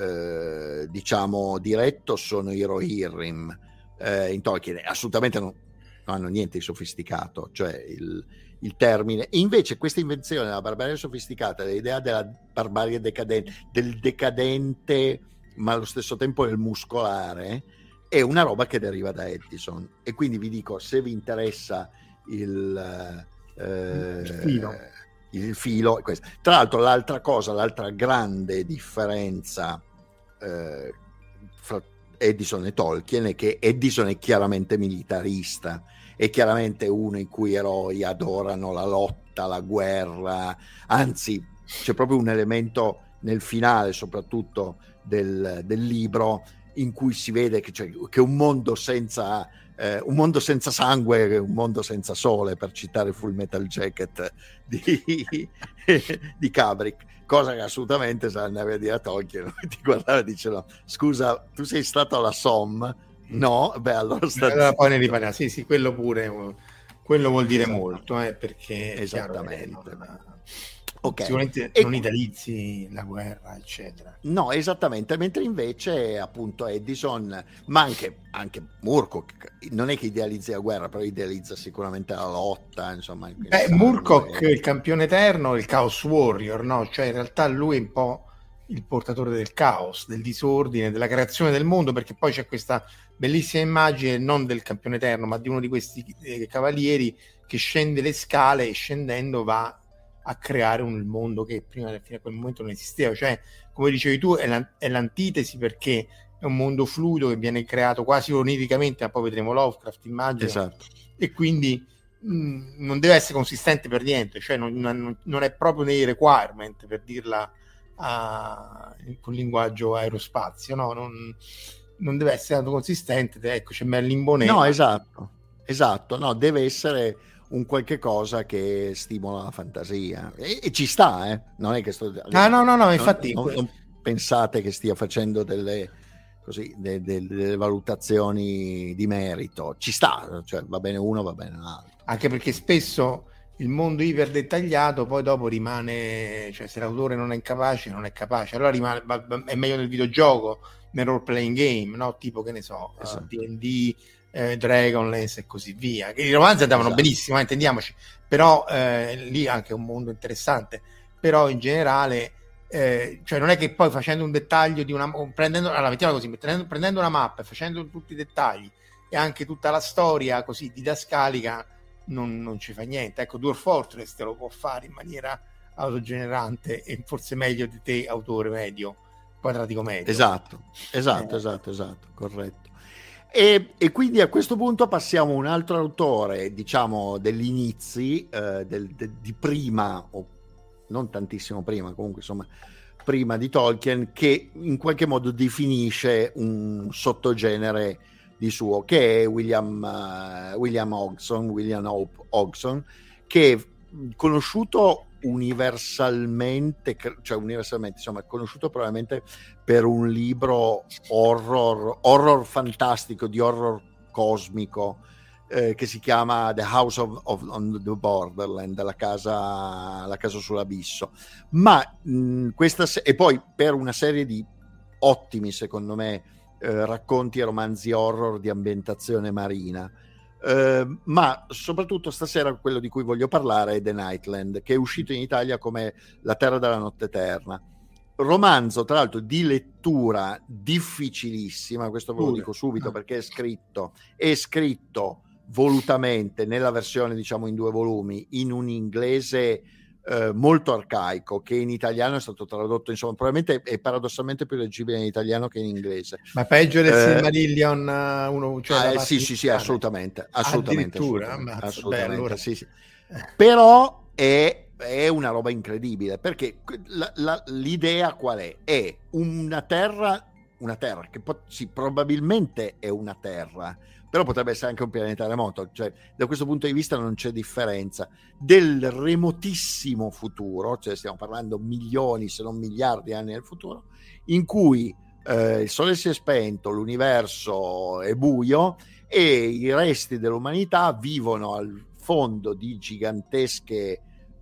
diciamo diretto, sono i Rohirrim. In Tolkien assolutamente non hanno niente di sofisticato, cioè il termine. E invece questa invenzione della barbarie sofisticata, l'idea della barbarie decadente, del decadente ma allo stesso tempo del muscolare, è una roba che deriva da Edison. E quindi vi dico, se vi interessa il filo, questo. Tra l'altro l'altra grande differenza fra Edison e Tolkien è che Edison è chiaramente militarista è chiaramente uno in cui eroi adorano la lotta, la guerra, anzi c'è proprio un elemento nel finale soprattutto del libro in cui si vede che un mondo senza sangue è un mondo senza sole, per citare Full Metal Jacket di Kubrick, cosa che assolutamente se andavi a dire a Tolkien ti guardava e dice no, scusa, tu sei stato alla Somme? No? Beh, allora poi ne riparla. Sì, quello pure, quello vuol dire molto, perché esattamente. Okay. Sicuramente non idealizzi la guerra, eccetera. No, esattamente, mentre invece appunto Edison, ma anche Moorcock, non è che idealizzi la guerra, però idealizza sicuramente la lotta, insomma. Moorcock, il campione eterno, il Chaos Warrior, no? Cioè in realtà lui è un po' il portatore del caos, del disordine, della creazione del mondo, perché poi c'è questa bellissima immagine non del campione eterno, ma di uno di questi cavalieri che scende le scale e scendendo va a creare un mondo che prima fino a quel momento non esisteva. Cioè, come dicevi tu, è l'antitesi, perché è un mondo fluido che viene creato quasi oniricamente, ma poi vedremo Lovecraft, immagino. Esatto. E quindi non deve essere consistente per niente, cioè non è proprio nei requirement, per dirla con linguaggio aerospazio, no? Non deve essere tanto consistente. Ecco, c'è Merlin Bonet. No, esatto, no, deve essere un qualche cosa che stimola la fantasia e ci sta, non è che sto no, infatti non pensate che stia facendo delle valutazioni di merito, ci sta, cioè va bene uno, va bene l'altro, anche perché spesso il mondo iper dettagliato poi dopo rimane, cioè se l'autore non è capace, allora è meglio nel videogioco, nel role playing game, no? Tipo, che ne so, esatto. D&D, Dragonlance e così via, che i romanzi andavano benissimo, intendiamoci, però lì anche un mondo interessante, però in generale cioè non è che poi facendo un dettaglio di prendendo una mappa e facendo tutti i dettagli e anche tutta la storia così didascalica non ci fa niente. Ecco, Dwarf Fortress te lo può fare in maniera autogenerante e forse meglio di te, autore medio, quadratico medio. Esatto, corretto. E quindi a questo punto passiamo a un altro autore, diciamo, degli inizi, di prima, o non tantissimo prima, comunque insomma prima di Tolkien, che in qualche modo definisce un sottogenere di suo, che è William Hope Hodgson, che è conosciuto universalmente, insomma, conosciuto probabilmente per un libro horror fantastico, di horror cosmico, che si chiama The House on the Borderland, la casa sull'abisso, ma e poi per una serie di ottimi, secondo me, racconti e romanzi horror di ambientazione marina. Ma soprattutto stasera quello di cui voglio parlare è The Nightland, che è uscito in Italia come La Terra della Notte Eterna, romanzo tra l'altro di lettura difficilissima, questo ve lo dico subito, perché è scritto volutamente nella versione, diciamo, in 2 volumi, in un inglese molto arcaico, che in italiano è stato tradotto, insomma, probabilmente è paradossalmente più leggibile in italiano che in inglese. Ma peggio del Silmarillion uno, cioè sì, assolutamente, addirittura, assolutamente, allora. Sì. Però è una roba incredibile, perché l'idea qual è? È una terra che probabilmente è una terra, però potrebbe essere anche un pianeta remoto, cioè da questo punto di vista non c'è differenza, del remotissimo futuro, cioè stiamo parlando milioni se non miliardi di anni nel futuro, in cui il sole si è spento, l'universo è buio e i resti dell'umanità vivono al fondo di giganteschi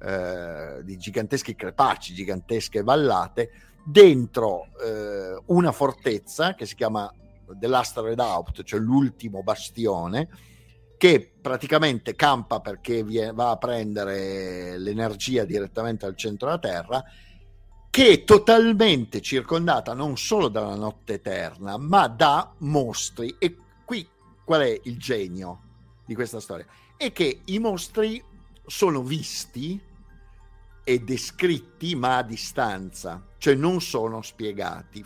crepacci, gigantesche vallate, dentro una fortezza che si chiama The Last Redoubt, cioè l'ultimo bastione, che praticamente campa perché va a prendere l'energia direttamente al centro della Terra, che è totalmente circondata non solo dalla notte eterna, ma da mostri. E qui qual è il genio di questa storia? È che i mostri sono visti e descritti, ma a distanza, cioè non sono spiegati.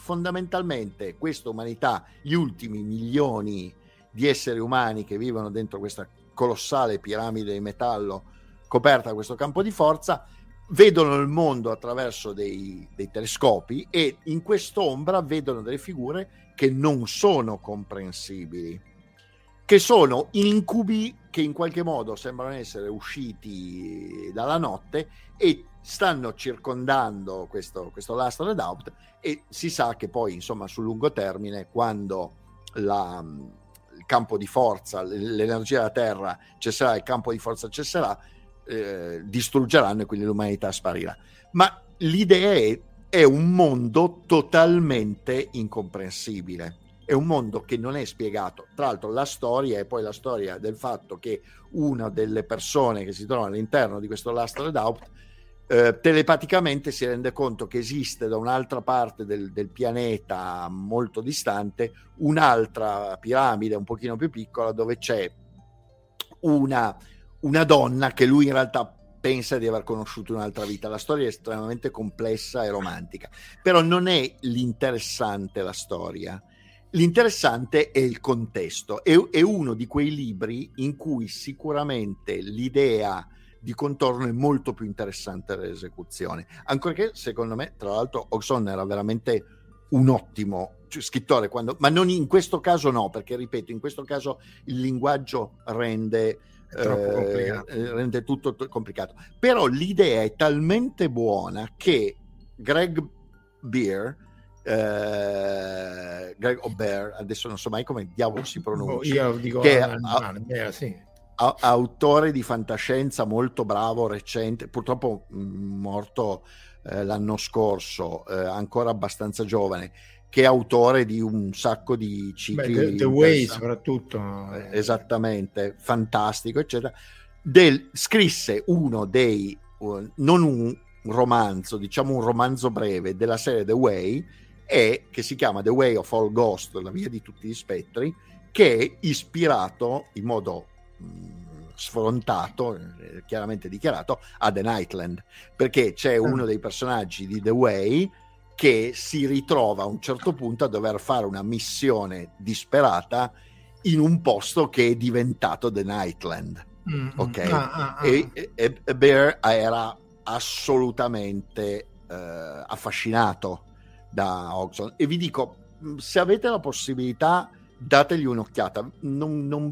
Fondamentalmente questa umanità, gli ultimi milioni di esseri umani che vivono dentro questa colossale piramide di metallo coperta da questo campo di forza, vedono il mondo attraverso dei telescopi e in quest'ombra vedono delle figure che non sono comprensibili, che sono incubi che in qualche modo sembrano essere usciti dalla notte e stanno circondando questo Last Redoubt, e si sa che poi, insomma, sul lungo termine, quando il campo di forza, l'energia della Terra cesserà, il campo di forza cesserà, distruggeranno e quindi l'umanità sparirà. Ma l'idea è un mondo totalmente incomprensibile, è un mondo che non è spiegato. Tra l'altro la storia è poi la storia del fatto che una delle persone che si trova all'interno di questo Last Redoubt telepaticamente si rende conto che esiste da un'altra parte del pianeta molto distante un'altra piramide un pochino più piccola, dove c'è una donna che lui in realtà pensa di aver conosciuto in un'altra vita. La storia è estremamente complessa e romantica, però non è l'interessante la storia. L'interessante è il contesto. È uno di quei libri in cui sicuramente l'idea di contorno è molto più interessante dell'esecuzione, anche perché secondo me, tra l'altro, Hodgson era veramente un ottimo scrittore, ma non in questo caso, no, perché ripeto, in questo caso il linguaggio rende tutto complicato, però l'idea è talmente buona che Greg Bear, adesso non so mai come diavolo si pronuncia, io dico che sì. Autore di fantascienza molto bravo, recente, purtroppo morto l'anno scorso, ancora abbastanza giovane, che è autore di un sacco di cicli. The Way soprattutto. Esattamente, fantastico, eccetera. Scrisse uno dei, non un romanzo, diciamo un romanzo breve della serie The Way, che si chiama The Way of All Ghost, la via di tutti gli spettri, che è ispirato in modo sfrontato, chiaramente dichiarato, a The Nightland, perché c'è uno dei personaggi di The Way che si ritrova a un certo punto a dover fare una missione disperata in un posto che è diventato The Nightland. Ok? E Bear era assolutamente affascinato da Hodgson, e vi dico, se avete la possibilità, dategli un'occhiata. Non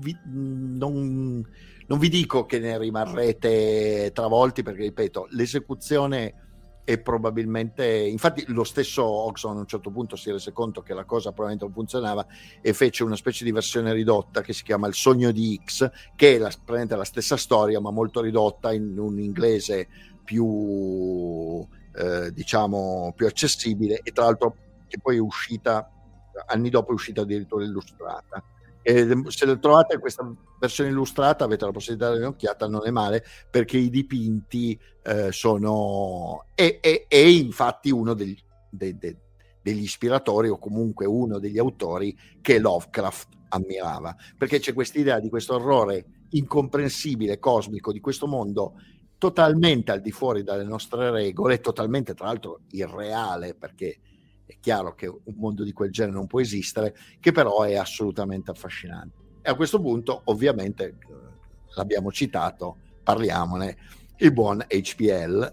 vi dico che ne rimarrete travolti, perché ripeto, l'esecuzione è probabilmente, infatti lo stesso Hodgson a un certo punto si rese conto che la cosa probabilmente non funzionava e fece una specie di versione ridotta che si chiama Il sogno di X, che è praticamente la stessa storia ma molto ridotta in un inglese più diciamo più accessibile, e tra l'altro che poi è uscita anni dopo, è uscita addirittura illustrata. E se trovate questa versione illustrata, avete la possibilità di dare un'occhiata, non è male, perché i dipinti sono è infatti uno degli ispiratori, o comunque uno degli autori che Lovecraft ammirava, perché c'è questa idea di questo orrore incomprensibile, cosmico, di questo mondo totalmente al di fuori dalle nostre regole, totalmente tra l'altro irreale, perché è chiaro che un mondo di quel genere non può esistere, che però è assolutamente affascinante. E a questo punto, ovviamente, l'abbiamo citato, parliamone, il buon HPL,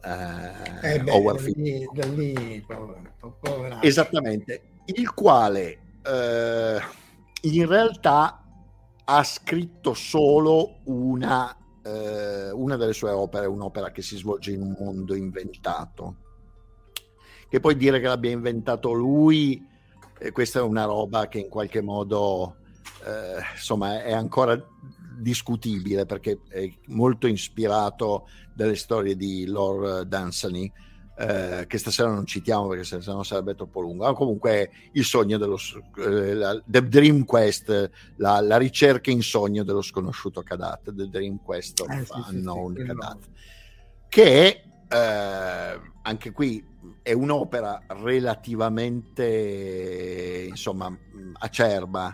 da lì, esattamente, il quale in realtà ha scritto solo una delle sue opere, un'opera che si svolge in un mondo inventato, che poi dire che l'abbia inventato lui, questa è una roba che in qualche modo insomma è ancora discutibile, perché è molto ispirato dalle storie di Lord Dunsany, che stasera non citiamo perché se no sarebbe troppo lungo. Ma comunque il sogno The Dream Quest, la ricerca in sogno dello sconosciuto Kadat, The Dream Quest of Unknown Kadat, che anche qui è un'opera relativamente insomma acerba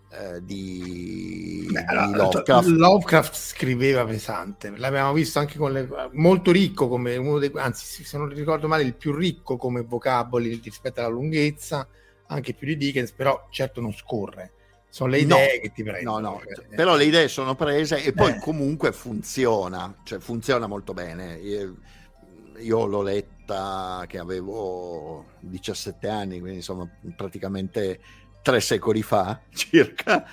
di Lovecraft. Lovecraft scriveva pesante, l'abbiamo visto anche con molto ricco, come uno dei, anzi se non ricordo male il più ricco come vocaboli rispetto alla lunghezza, anche più di Dickens, però certo non scorre sono le idee che ti prendono. Però le idee sono prese e poi comunque funziona, cioè funziona molto bene. Io l'ho letta che avevo 17 anni, quindi insomma praticamente 3 secoli fa circa,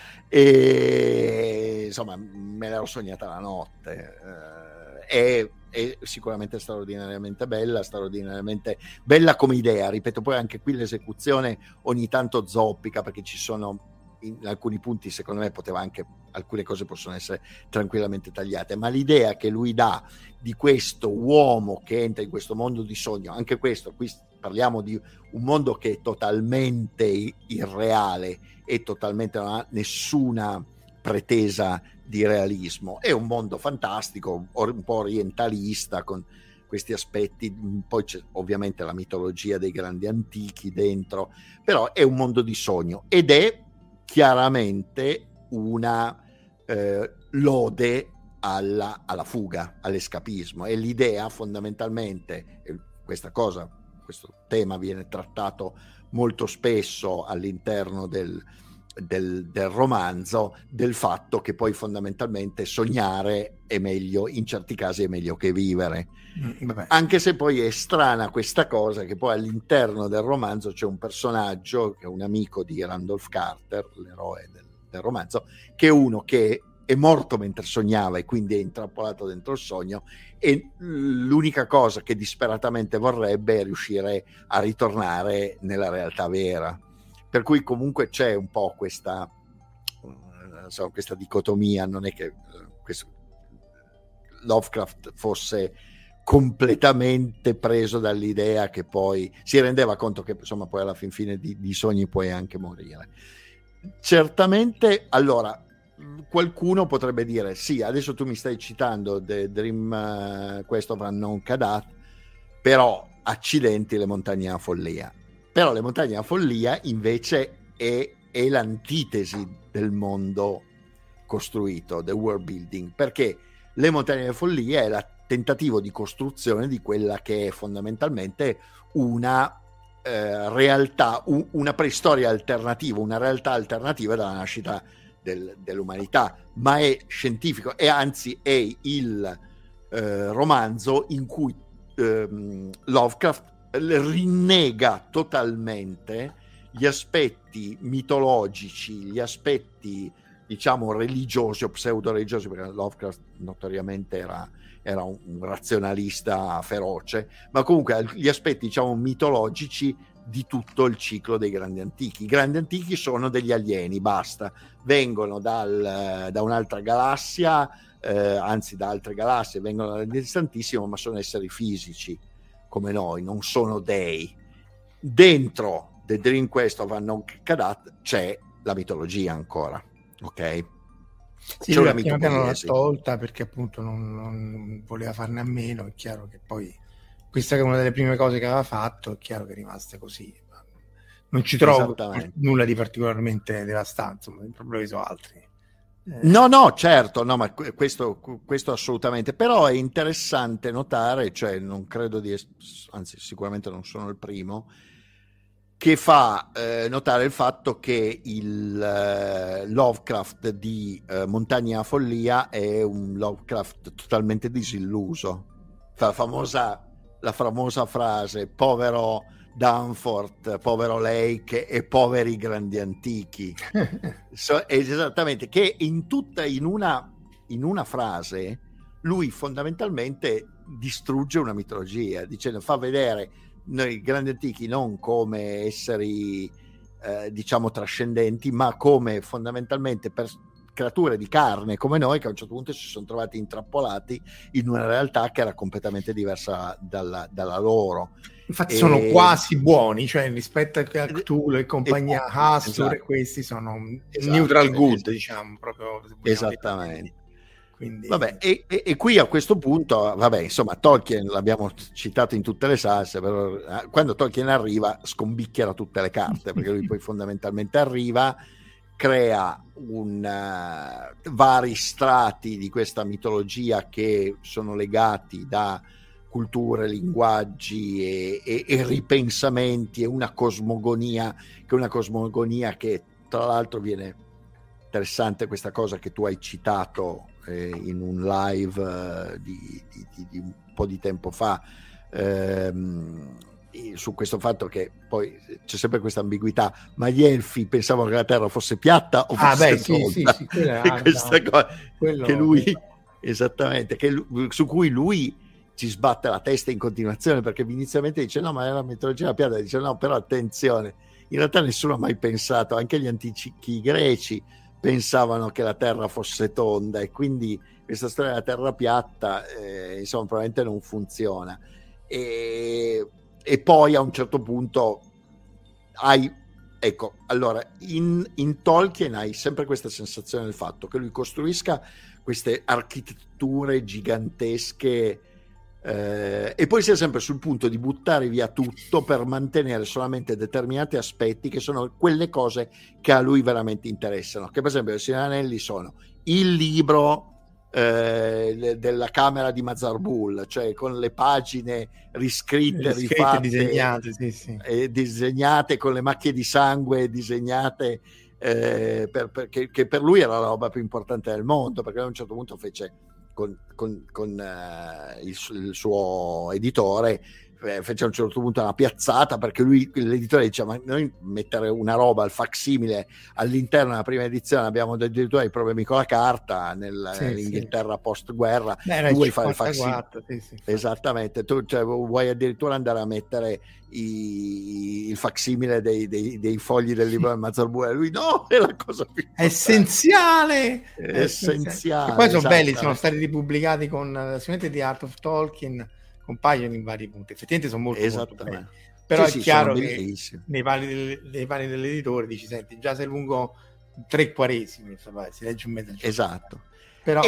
e insomma me l'ero sognata la notte. È sicuramente straordinariamente bella come idea, ripeto. Poi anche qui l'esecuzione ogni tanto zoppica, perché ci sono in alcuni punti, secondo me alcune cose possono essere tranquillamente tagliate, ma l'idea che lui dà di questo uomo che entra in questo mondo di sogno, anche questo, qui parliamo di un mondo che è totalmente irreale e totalmente non ha nessuna pretesa di realismo, è un mondo fantastico, un po' orientalista, con questi aspetti. Poi c'è ovviamente la mitologia dei grandi antichi dentro, però è un mondo di sogno ed è chiaramente una lode alla fuga, all'escapismo. E l'idea fondamentalmente, questo tema viene trattato molto spesso all'interno del romanzo, del fatto che poi fondamentalmente sognare è meglio, in certi casi è meglio che vivere. Anche se poi è strana questa cosa, che poi all'interno del romanzo c'è un personaggio che è un amico di Randolph Carter, l'eroe del romanzo, che è uno che è morto mentre sognava e quindi è intrappolato dentro il sogno, e l'unica cosa che disperatamente vorrebbe è riuscire a ritornare nella realtà vera. Per cui comunque c'è un po' questa dicotomia. Non è che Lovecraft fosse completamente preso dall'idea che poi si rendeva conto che insomma poi alla fin fine di sogni puoi anche morire. Certamente, allora, qualcuno potrebbe dire sì, adesso tu mi stai citando The Dream Quest of Unknown Kadath, però accidenti, le montagne a follia. Però le montagne a follia invece è l'antitesi del mondo costruito, del world building, perché le montagne a follia è il tentativo di costruzione di quella che è fondamentalmente una realtà, una preistoria alternativa, una realtà alternativa dalla nascita dell'umanità, ma è scientifico, e anzi è il romanzo in cui Lovecraft rinnega totalmente gli aspetti mitologici, gli aspetti diciamo religiosi o pseudo-religiosi, perché Lovecraft notoriamente era un razionalista feroce, ma comunque gli aspetti diciamo mitologici di tutto il ciclo dei grandi antichi. I grandi antichi sono degli alieni, basta, vengono da un'altra galassia, anzi da altre galassie, vengono dal distantissimo, ma sono esseri fisici come noi, non sono dei. Dentro The Dream Quest of Unknown Kadath c'è la mitologia ancora, ok? Sì, c'è una mitologia, non l'ha tolta perché appunto non voleva farne a meno. È chiaro che poi questa è una delle prime cose che aveva fatto, è chiaro che è rimasta così. Non ci trovo nulla di particolarmente devastante, insomma, i problemi sono altri. No, certo, no, ma questo assolutamente. Però è interessante notare, cioè non credo anzi sicuramente non sono il primo, che fa notare il fatto che il Lovecraft di Montagne a follia è un Lovecraft totalmente disilluso. La famosa frase povero Danforth, povero Lake e poveri grandi antichi. Esattamente, che in una frase lui fondamentalmente distrugge una mitologia, dicendo, fa vedere noi grandi antichi non come esseri diciamo trascendenti, ma come fondamentalmente creature di carne come noi, che a un certo punto si sono trovati intrappolati in una realtà che era completamente diversa dalla loro. Infatti sono quasi buoni, cioè rispetto a Cthulhu e compagnia, Hastur, esatto. Questi sono neutral good, diciamo, proprio. Esattamente. Quindi... Vabbè, e qui a questo punto, vabbè, insomma, Tolkien l'abbiamo citato in tutte le salse, però quando Tolkien arriva scombicchiera tutte le carte, perché lui poi fondamentalmente arriva, crea vari strati di questa mitologia che sono legati da culture, linguaggi e ripensamenti, e una cosmogonia che tra l'altro viene interessante questa cosa che tu hai citato in un live di un po' di tempo fa, su questo fatto che poi c'è sempre questa ambiguità, ma gli elfi pensavano che la terra fosse piatta o fosse tonda? Sì, questa cosa che lui esattamente, su cui lui ci sbatte la testa in continuazione, perché inizialmente dice no, ma è la mitologia piatta, dice no, però attenzione, in realtà nessuno ha mai pensato, anche gli antichi greci pensavano che la terra fosse tonda, e quindi questa storia della terra piatta insomma probabilmente non funziona. E poi a un certo punto allora in Tolkien hai sempre questa sensazione del fatto che lui costruisca queste architetture gigantesche e poi sia sempre sul punto di buttare via tutto per mantenere solamente determinati aspetti, che sono quelle cose che a lui veramente interessano, che per esempio il Signore degli Anelli sono il libro della camera di Mazarbul, cioè con le pagine riscritte, rifatte, disegnate, disegnate con le macchie di sangue disegnate, che per lui era la roba più importante del mondo, perché a un certo punto fece con il suo editore, fece a un certo punto una piazzata, perché l'editore dice ma noi mettere una roba al facsimile all'interno della prima edizione, abbiamo addirittura dei problemi con la carta nell'Inghilterra post guerra, tu vuoi fare il facsimile, esattamente, tu vuoi addirittura andare a mettere il facsimile dei fogli del libro del Mazarbul, lui no, è la cosa più essenziale. E poi sono belli, sono stati ripubblicati con sicuramente di Art of Tolkien, compaiono in vari punti, effettivamente sono molto belli. Però è chiaro che nei pali dell'editore dici senti, già sei lungo 3/4, si legge un mezzo, esatto, però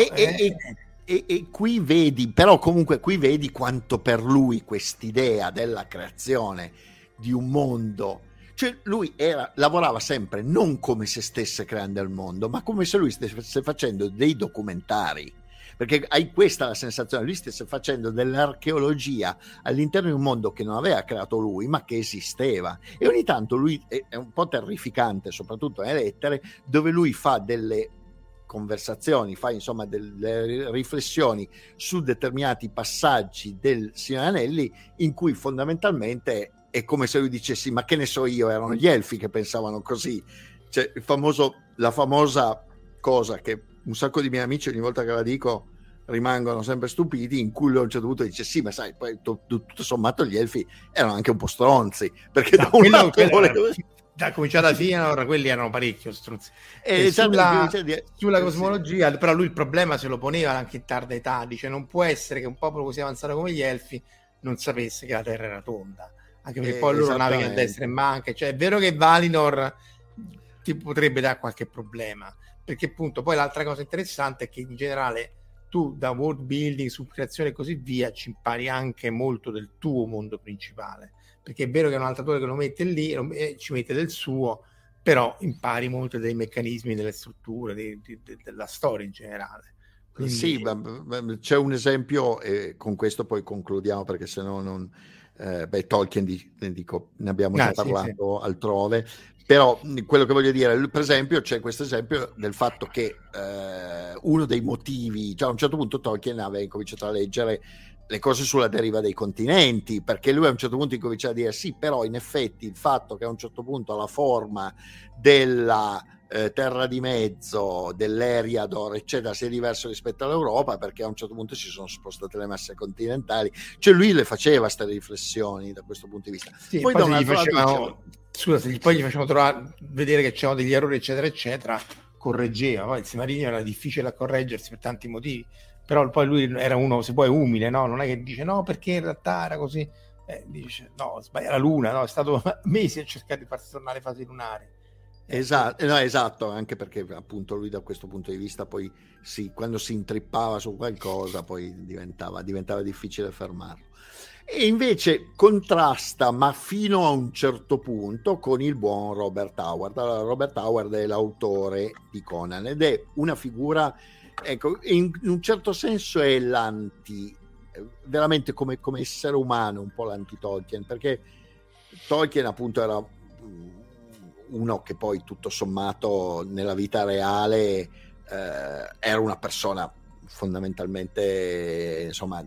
e qui vedi quanto per lui quest'idea della creazione di un mondo, cioè lui lavorava sempre non come se stesse creando il mondo, ma come se lui stesse facendo dei documentari, perché hai questa la sensazione, lui stesse facendo dell'archeologia all'interno di un mondo che non aveva creato lui, ma che esisteva. E ogni tanto lui è un po' terrificante, soprattutto nelle lettere, dove lui fa delle conversazioni, fa insomma delle riflessioni su determinati passaggi del Signore degli Anelli, in cui fondamentalmente è come se lui dicesse ma che ne so io, erano gli elfi che pensavano così, cioè la famosa cosa che un sacco di miei amici ogni volta che la dico rimangono sempre stupiti, in cui lui a un certo punto dice sì, ma sai, poi tutto sommato gli elfi erano anche un po' stronzi, perché da un lato da cominciare da Fëanor quelli erano parecchio stronzi, sulla cosmologia, però lui il problema se lo poneva anche in tarda età, dice non può essere che un popolo così avanzato come gli elfi non sapesse che la terra era tonda, anche perché poi loro navigano a destra e manca, cioè è vero che Valinor ti potrebbe dare qualche problema, perché appunto poi l'altra cosa interessante è che in generale tu da world building, su creazione e così via ci impari anche molto del tuo mondo principale, perché è vero che è un altro autore che lo mette lì, ci mette del suo, però impari molto dei meccanismi, delle strutture, della storia in generale. Quindi... Sì, c'è un esempio, e con questo poi concludiamo, perché se no non... Tolkien ne abbiamo già parlato altrove, però quello che voglio dire, per esempio c'è questo esempio del fatto che uno dei motivi, cioè a un certo punto Tolkien aveva incominciato a leggere le cose sulla deriva dei continenti, perché lui a un certo punto incomincia a dire sì, però in effetti il fatto che a un certo punto la forma della terra di mezzo, dell'Eriador eccetera sia diverso rispetto all'Europa, perché a un certo punto si sono spostate le masse continentali, cioè lui le faceva queste riflessioni da questo punto di vista. Sì, poi gli facevano vedere che c'erano degli errori eccetera eccetera, correggeva, poi il Silmarillion era difficile a correggersi per tanti motivi, però poi lui era uno, se poi umile, no? Non è che dice no perché in realtà era così, dice no, sbaglia la luna, no? È stato mesi a cercare di farsi tornare le fasi lunari. Esatto, anche perché appunto lui da questo punto di vista poi quando si intrippava su qualcosa poi diventava difficile fermarlo, e invece contrasta, ma fino a un certo punto, con il buon Robert Howard. Allora, Robert Howard è l'autore di Conan ed è una figura, ecco, in un certo senso è veramente come essere umano un po' l'anti-Tolkien, perché Tolkien appunto era uno che poi tutto sommato nella vita reale era una persona fondamentalmente, insomma,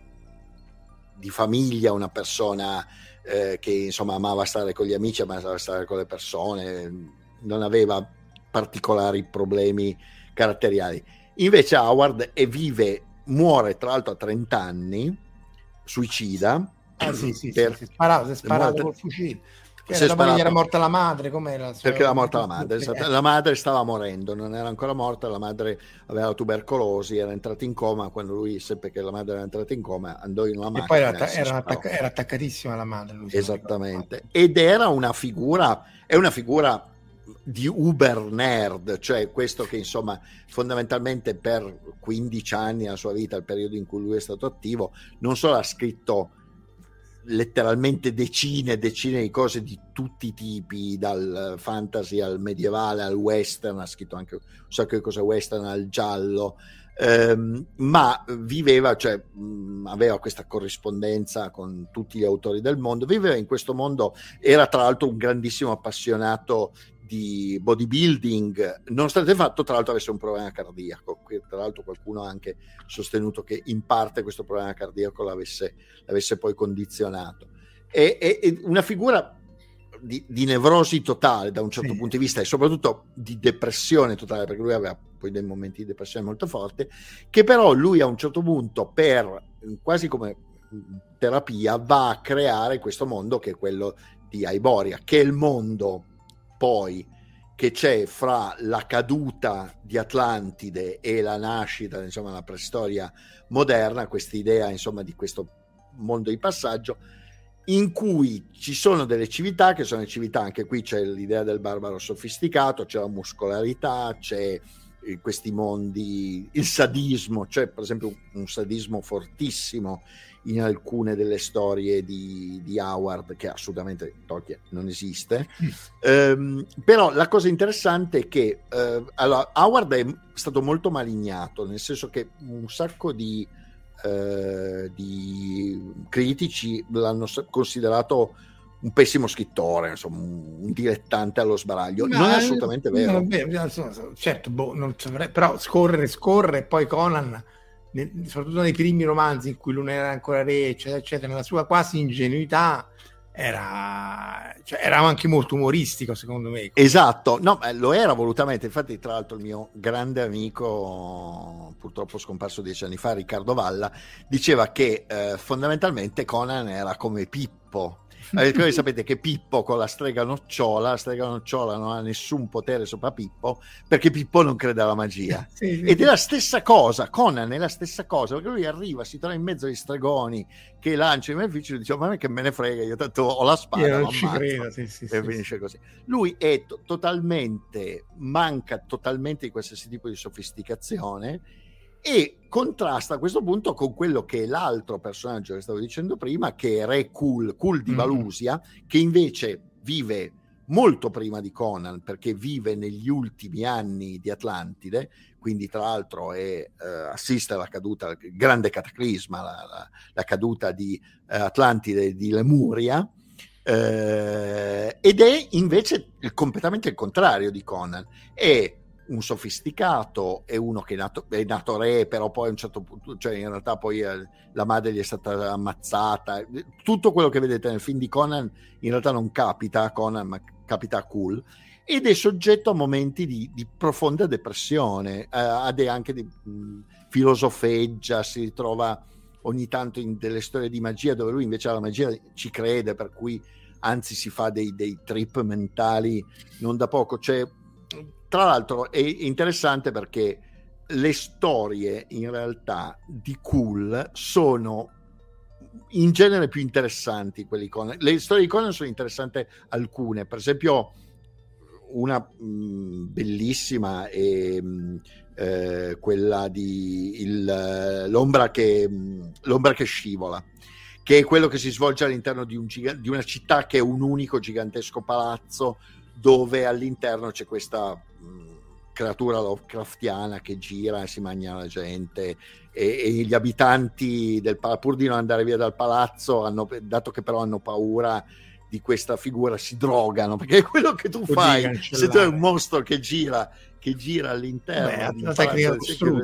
di famiglia, una persona che insomma amava stare con gli amici, amava stare con le persone, non aveva particolari problemi caratteriali. Invece Howard muore tra l'altro a 30 anni, suicida. Si è sparato col fucile. Gli era morta la madre, com'era? Perché era morta la madre. La madre stava morendo, non era ancora morta, la madre aveva la tubercolosi, era entrata in coma. Quando lui seppe che la madre era entrata in coma, andò in una macchina. E poi era attaccatissima alla madre. Lui, esattamente. Ed era una figura di uber nerd, cioè questo che insomma fondamentalmente per 15 anni della sua vita, il periodo in cui lui è stato attivo, non solo ha scritto letteralmente decine e decine di cose di tutti i tipi, dal fantasy al medievale al western, ha scritto anche un sacco di cose western, al giallo, ma viveva, cioè aveva questa corrispondenza con tutti gli autori del mondo, viveva in questo mondo, era tra l'altro un grandissimo appassionato di bodybuilding, nonostante il fatto tra l'altro avesse un problema cardiaco. Tra l'altro qualcuno ha anche sostenuto che in parte questo problema cardiaco l'avesse poi condizionato. È una figura di nevrosi totale da un certo punto di vista, e soprattutto di depressione totale, perché lui aveva poi dei momenti di depressione molto forte, che però lui a un certo punto, per quasi come terapia, va a creare questo mondo che è quello di Hyboria, che è il mondo poi che c'è fra la caduta di Atlantide e la nascita, insomma, la preistoria moderna, questa idea, insomma, di questo mondo di passaggio in cui ci sono delle civiltà che sono le civiltà, anche qui c'è l'idea del barbaro sofisticato, c'è la muscolarità, c'è questi mondi, il sadismo, c'è per esempio un sadismo fortissimo in alcune delle storie di Howard, che assolutamente Tolkien non esiste. Però la cosa interessante è che allora, Howard è stato molto malignato, nel senso che un sacco di critici l'hanno considerato un pessimo scrittore, insomma, un dilettante allo sbaraglio. Non è assolutamente vero. Certo, non saprei, però scorre, poi Conan, soprattutto nei primi romanzi in cui lui non era ancora re, eccetera, eccetera, nella sua quasi ingenuità era anche molto umoristico, secondo me. Esatto, no, lo era volutamente. Infatti, tra l'altro, il mio grande amico, purtroppo scomparso 10 anni fa, Riccardo Valla, diceva che fondamentalmente Conan era come Pippo. Voi sapete che Pippo con la strega nocciola non ha nessun potere sopra Pippo, perché Pippo non crede alla magia. Ed è la stessa cosa, Conan è la stessa cosa, perché lui arriva, si trova in mezzo agli stregoni che lanciano i malefici, e dice: ma a me che me ne frega, io tanto ho la spada, io non ci credo, e finisce così. Lui è manca totalmente di qualsiasi tipo di sofisticazione, e contrasta a questo punto con quello che è l'altro personaggio che stavo dicendo prima, che è Re Kul di Valusia, che invece vive molto prima di Conan, perché vive negli ultimi anni di Atlantide, quindi tra l'altro assiste alla caduta, il grande cataclisma, la caduta di Atlantide e di Lemuria, ed è invece completamente il contrario di Conan. È un sofisticato, è uno che è nato re, però poi a un certo punto, cioè in realtà poi la madre gli è stata ammazzata. Tutto quello che vedete nel film di Conan in realtà non capita a Conan, ma capita a Kul, ed è soggetto a momenti di profonda depressione, anche di filosofeggia, si ritrova ogni tanto in delle storie di magia dove lui invece alla magia ci crede, per cui anzi si fa dei trip mentali non da poco. Tra l'altro è interessante perché le storie in realtà di Kul sono in genere più interessanti. Le storie di Conan sono interessanti alcune, per esempio una bellissima è quella di l'ombra che scivola, che è quello che si svolge all'interno di una città che è un unico gigantesco palazzo, dove all'interno c'è questa creatura Lovecraftiana che gira e si mangia la gente, e gli abitanti del palazzo, pur di non andare via dal palazzo, dato che però hanno paura di questa figura si drogano, perché è quello che tu fai se tu hai un mostro che gira all'interno di un palazzo del secchio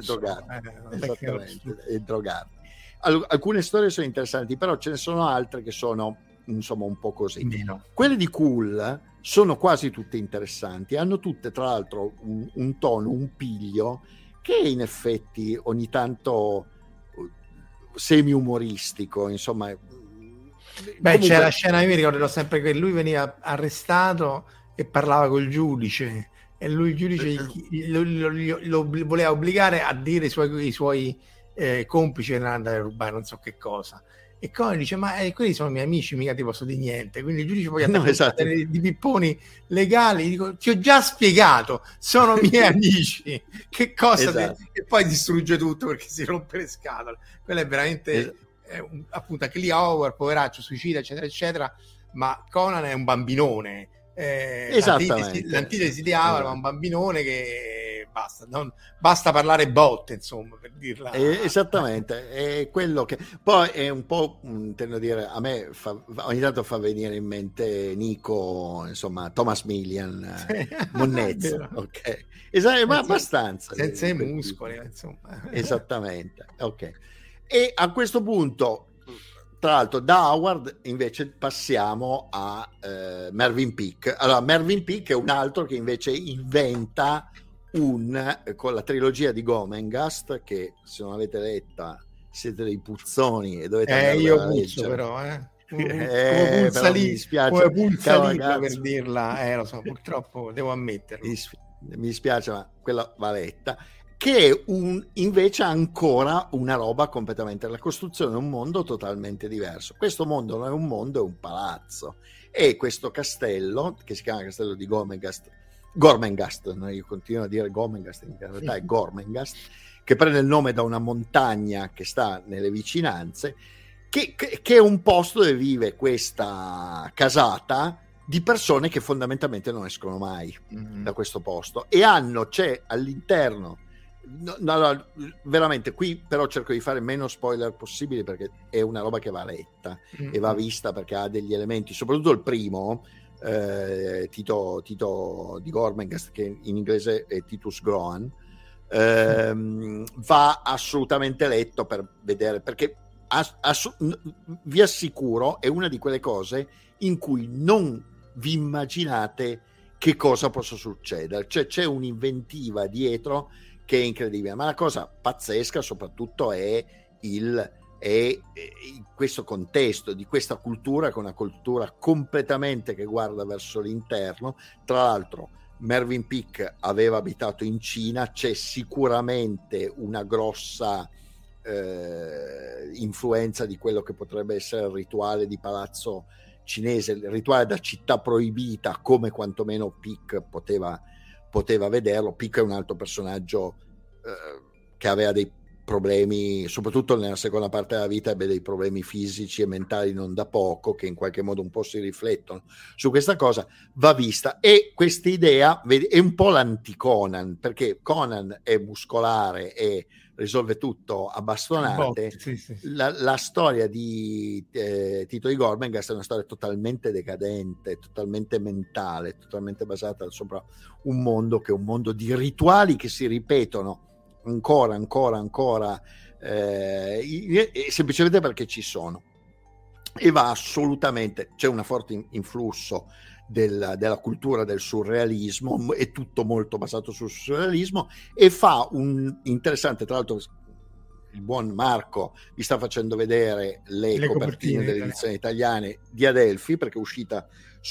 e drogato. Alcune storie sono interessanti, però ce ne sono altre che sono insomma un po' così. Quelle di Kuhl sono quasi tutte interessanti, hanno tutte tra l'altro un tono, un piglio che in effetti ogni tanto semi-umoristico, insomma. Beh, c'è la scena, io mi ricordo sempre che lui veniva arrestato e parlava col giudice, e lui il giudice lo voleva obbligare a dire i suoi complici che erano andati a rubare non so che cosa, e Conan dice ma quelli sono miei amici, mica ti posso dire niente. Quindi il giudice poi ha di pipponi legali, dico ti ho già spiegato, sono miei amici, che cosa e poi distrugge tutto perché si rompe le scatole. Quello è veramente appunto anche lì Howard, poveraccio, suicida eccetera eccetera, ma Conan è un bambinone, l'antitesi di Howard, ma un bambinone che basta parlare botte, insomma, per dirla. Esattamente, è quello che poi è un po', intendo dire, a me ogni tanto fa venire in mente Nico, insomma, Thomas Millian, monnezza, ok, ma abbastanza senza i muscoli, insomma. Esattamente, ok. E a questo punto, tra l'altro, da Howard invece passiamo a Mervyn Peake. Allora, Mervyn Peake è un altro che invece inventa con la trilogia di Gomengast, che se non avete letta siete dei puzzoni e dovete io puzzo però come pulsalito per dirla, lo so, purtroppo devo ammetterlo, mi dispiace, ma quella va letta, che è invece ancora una roba completamente, la costruzione è un mondo totalmente diverso. Questo mondo non è un mondo, è un palazzo, e questo castello che si chiama Castello di Gormenghast, no? Io continuo a dire Gomengast, in realtà è Gormenghast, che prende il nome da una montagna che sta nelle vicinanze, che è un posto dove vive questa casata di persone che fondamentalmente non escono mai da questo posto, e c'è all'interno, allora, veramente qui però cerco di fare meno spoiler possibili perché è una roba che va letta e va vista, perché ha degli elementi, soprattutto il primo, Tito di Gormenghast, che in inglese è Titus Groan, va assolutamente letto per vedere, perché vi assicuro è una di quelle cose in cui non vi immaginate che cosa possa succedere, cioè c'è un'inventiva dietro che è incredibile, ma la cosa pazzesca soprattutto è in questo contesto di questa cultura, che è una cultura completamente che guarda verso l'interno. Tra l'altro Mervyn Peake aveva abitato in Cina, c'è sicuramente una grossa influenza di quello che potrebbe essere il rituale di palazzo cinese, il rituale da città proibita, come quantomeno Peake poteva vederlo. Peake è un altro personaggio che aveva dei problemi, soprattutto nella seconda parte della vita ebbe dei problemi fisici e mentali non da poco, che in qualche modo un po' si riflettono su questa cosa, va vista. E questa idea è un po' l'anti-Conan, perché Conan è muscolare e risolve tutto a bastonate. Sì. La storia di Tito di Gormenghast è una storia totalmente decadente, totalmente mentale, totalmente basata sopra un mondo che è un mondo di rituali che si ripetono ancora, semplicemente perché ci sono, e va assolutamente, c'è un forte influsso della cultura del surrealismo, è tutto molto basato sul surrealismo, e fa un interessante, tra l'altro il buon Marco vi sta facendo vedere le copertine delle edizioni italiane di Adelphi, perché è uscita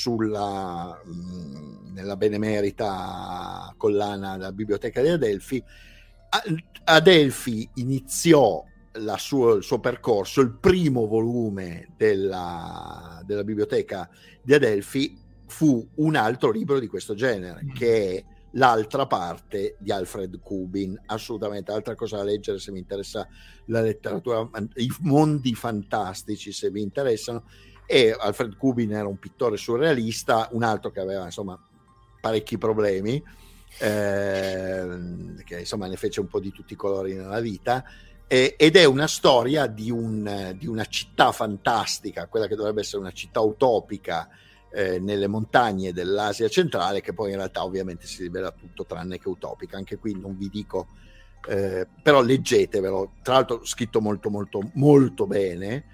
nella benemerita collana della biblioteca di Adelphi. Adelphi iniziò il suo percorso, il primo volume della biblioteca di Adelphi fu un altro libro di questo genere, che è L'altra parte di Alfred Kubin, assolutamente altra cosa da leggere se vi interessa la letteratura, i mondi fantastici se vi interessano. E Alfred Kubin era un pittore surrealista, un altro che aveva insomma parecchi problemi, che insomma ne fece un po' di tutti i colori nella vita, ed è una storia di una città fantastica, quella che dovrebbe essere una città utopica nelle montagne dell'Asia centrale, che poi in realtà ovviamente si rivela tutto tranne che utopica. Anche qui non vi dico, però leggetevelo, tra l'altro scritto molto molto molto bene,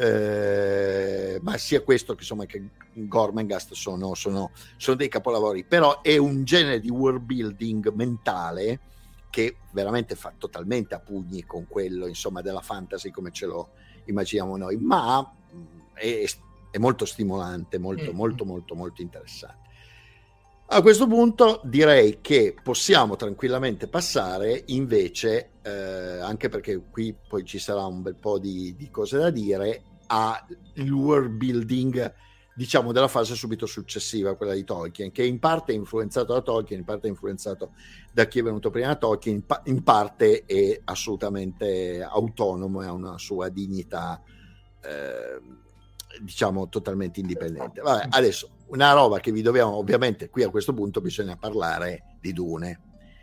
ma sia questo che insomma che Gormenghast sono dei capolavori, però è un genere di world building mentale che veramente fa totalmente a pugni con quello insomma della fantasy come ce lo immaginiamo noi, ma è molto stimolante, molto interessante. A questo punto direi che possiamo tranquillamente passare invece, anche perché qui poi ci sarà un bel po' di cose da dire, al world building diciamo della fase subito successiva, quella di Tolkien, che in parte è influenzato da Tolkien, in parte è influenzato da chi è venuto prima da Tolkien, in parte è assolutamente autonomo e ha una sua dignità diciamo totalmente indipendente. Vabbè, adesso una roba che vi dobbiamo, ovviamente qui a questo punto bisogna parlare di Dune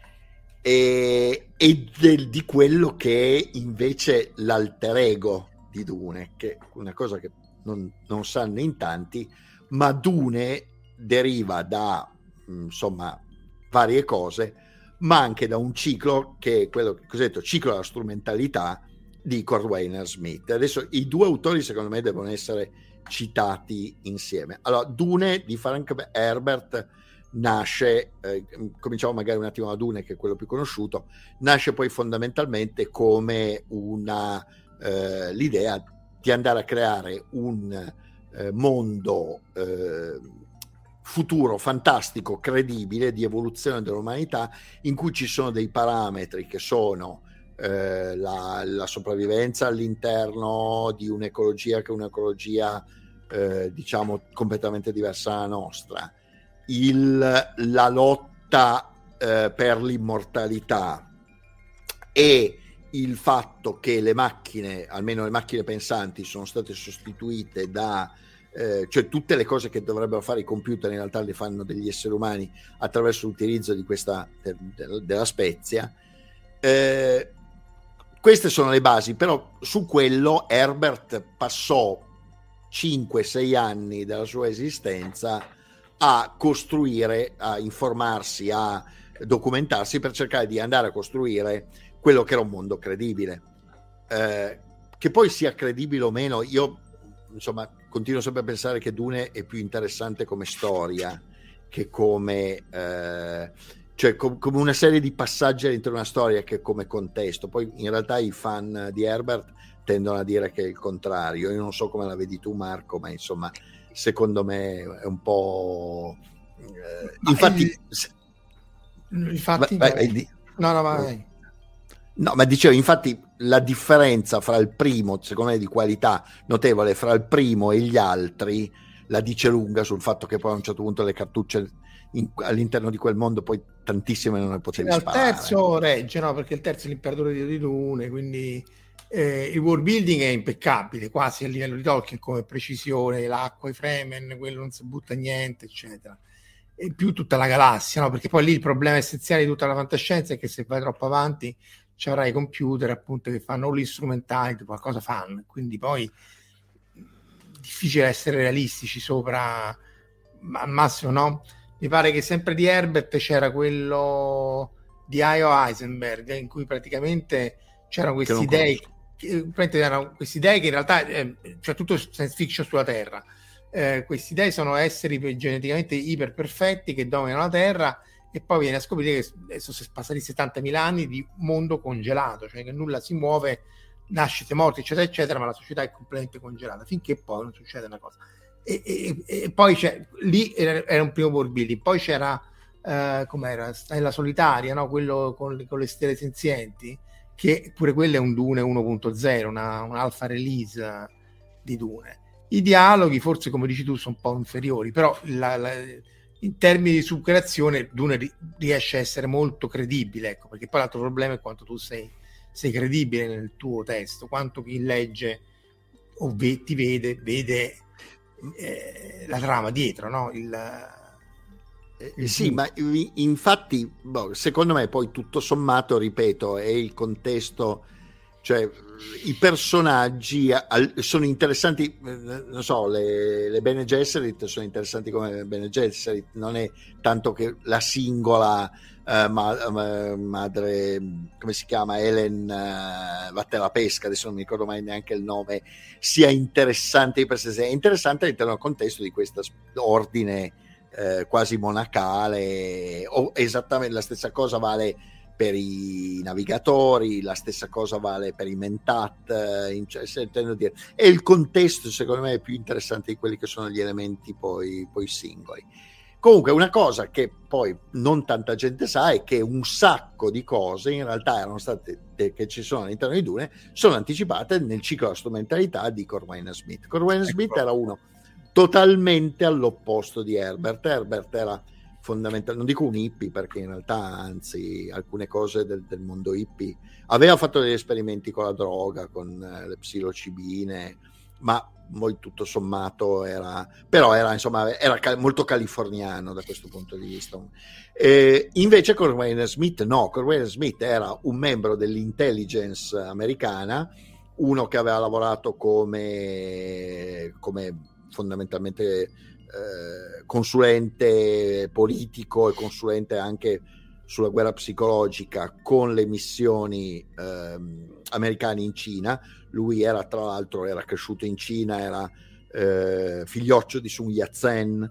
e di quello che è invece l'alter ego di Dune, che è una cosa che non sanno in tanti, ma Dune deriva da insomma varie cose, ma anche da un ciclo che è quello che cosiddetto ciclo della strumentalità di Cordwainer Smith. Adesso i due autori secondo me devono essere citati insieme. Allora, Dune di Frank Herbert nasce, cominciamo magari un attimo da Dune che è quello più conosciuto, nasce poi fondamentalmente come l'idea di andare a creare un mondo futuro, fantastico, credibile, di evoluzione dell'umanità, in cui ci sono dei parametri che sono la sopravvivenza all'interno di un'ecologia che è un'ecologia diciamo completamente diversa dalla nostra, la lotta per l'immortalità e il fatto che le macchine, almeno le macchine pensanti, sono state sostituite da cioè tutte le cose che dovrebbero fare i computer in realtà le fanno degli esseri umani attraverso l'utilizzo di questa della spezia. Queste sono le basi, però su quello Herbert passò 5-6 anni della sua esistenza a costruire, a informarsi, a documentarsi per cercare di andare a costruire quello che era un mondo credibile. Che poi sia credibile o meno, io insomma continuo sempre a pensare che Dune è più interessante come storia che come cioè come una serie di passaggi all'interno di una storia che come contesto. Poi in realtà i fan di Herbert tendono a dire che è il contrario. Io non so come la vedi tu, Marco, ma insomma secondo me è un po' infatti vai. No, ma dicevo, infatti la differenza fra il primo, secondo me di qualità notevole, fra il primo e gli altri la dice lunga sul fatto che poi a un certo punto le cartucce all'interno di quel mondo poi tantissime non le potevi sparare. Il terzo regge, no? Perché il terzo è l'imperatore di Dune, quindi il world building è impeccabile, quasi a livello di Tolkien come precisione, l'acqua, i Fremen, quello non si butta niente, eccetera. E più tutta la galassia, no? Perché poi lì il problema essenziale di tutta la fantascienza è che se vai troppo avanti ci avrai i computer appunto che fanno o gli strumentali, qualcosa fanno, quindi poi difficile essere realistici sopra, al massimo no? Mi pare che sempre di Herbert c'era quello di I.O. Heisenberg in cui praticamente c'erano questi dei che in realtà c'è tutto science fiction sulla Terra. Questi dei sono esseri geneticamente iper perfetti che dominano la Terra e poi viene a scoprire che adesso sono passati 70.000 anni di mondo congelato, cioè che nulla si muove, nascite, morti, eccetera, eccetera, ma la società è completamente congelata, finché poi non succede una cosa. E poi lì era un primo world building, poi c'era com'era, Stella Solitaria, no? Quello con le stelle senzienti, che pure quello è un Dune 1.0, un'alfa release di Dune. I dialoghi forse, come dici tu, sono un po' inferiori, però in termini di subcreazione Dune riesce a essere molto credibile, ecco, perché poi l'altro problema è quanto tu sei credibile nel tuo testo, quanto chi legge o ti vede la trama dietro, no? Sì, ma infatti secondo me poi tutto sommato, ripeto, è il contesto cioè i personaggi sono interessanti, non so, le Bene Gesserit sono interessanti come Bene Gesserit, non è tanto che la singola madre, come si chiama, Helen Vatte la Pesca, adesso non mi ricordo mai neanche il nome, sia interessante per sé, è interessante all'interno del contesto di questo ordine quasi monacale. Esattamente la stessa cosa vale per i navigatori, la stessa cosa vale per i mentat, e il contesto secondo me è più interessante di quelli che sono gli elementi poi singoli. Comunque una cosa che poi non tanta gente sa è che un sacco di cose in realtà erano state, che ci sono all'interno di Dune, sono anticipate nel ciclo della strumentalità di Corwin Smith. Corwin Smith era uno totalmente all'opposto di Herbert. Herbert era fondamentale, non dico un hippie, perché in realtà anzi alcune cose del mondo hippie, aveva fatto degli esperimenti con la droga, con le psilocibine, ma poi tutto sommato era molto californiano da questo punto di vista. Invece Corwin Smith Corwin Smith era un membro dell'intelligence americana, uno che aveva lavorato come fondamentalmente consulente politico e consulente anche sulla guerra psicologica con le missioni americane in Cina. Lui era, tra l'altro, era cresciuto in Cina, era figlioccio di Sun Yat-sen,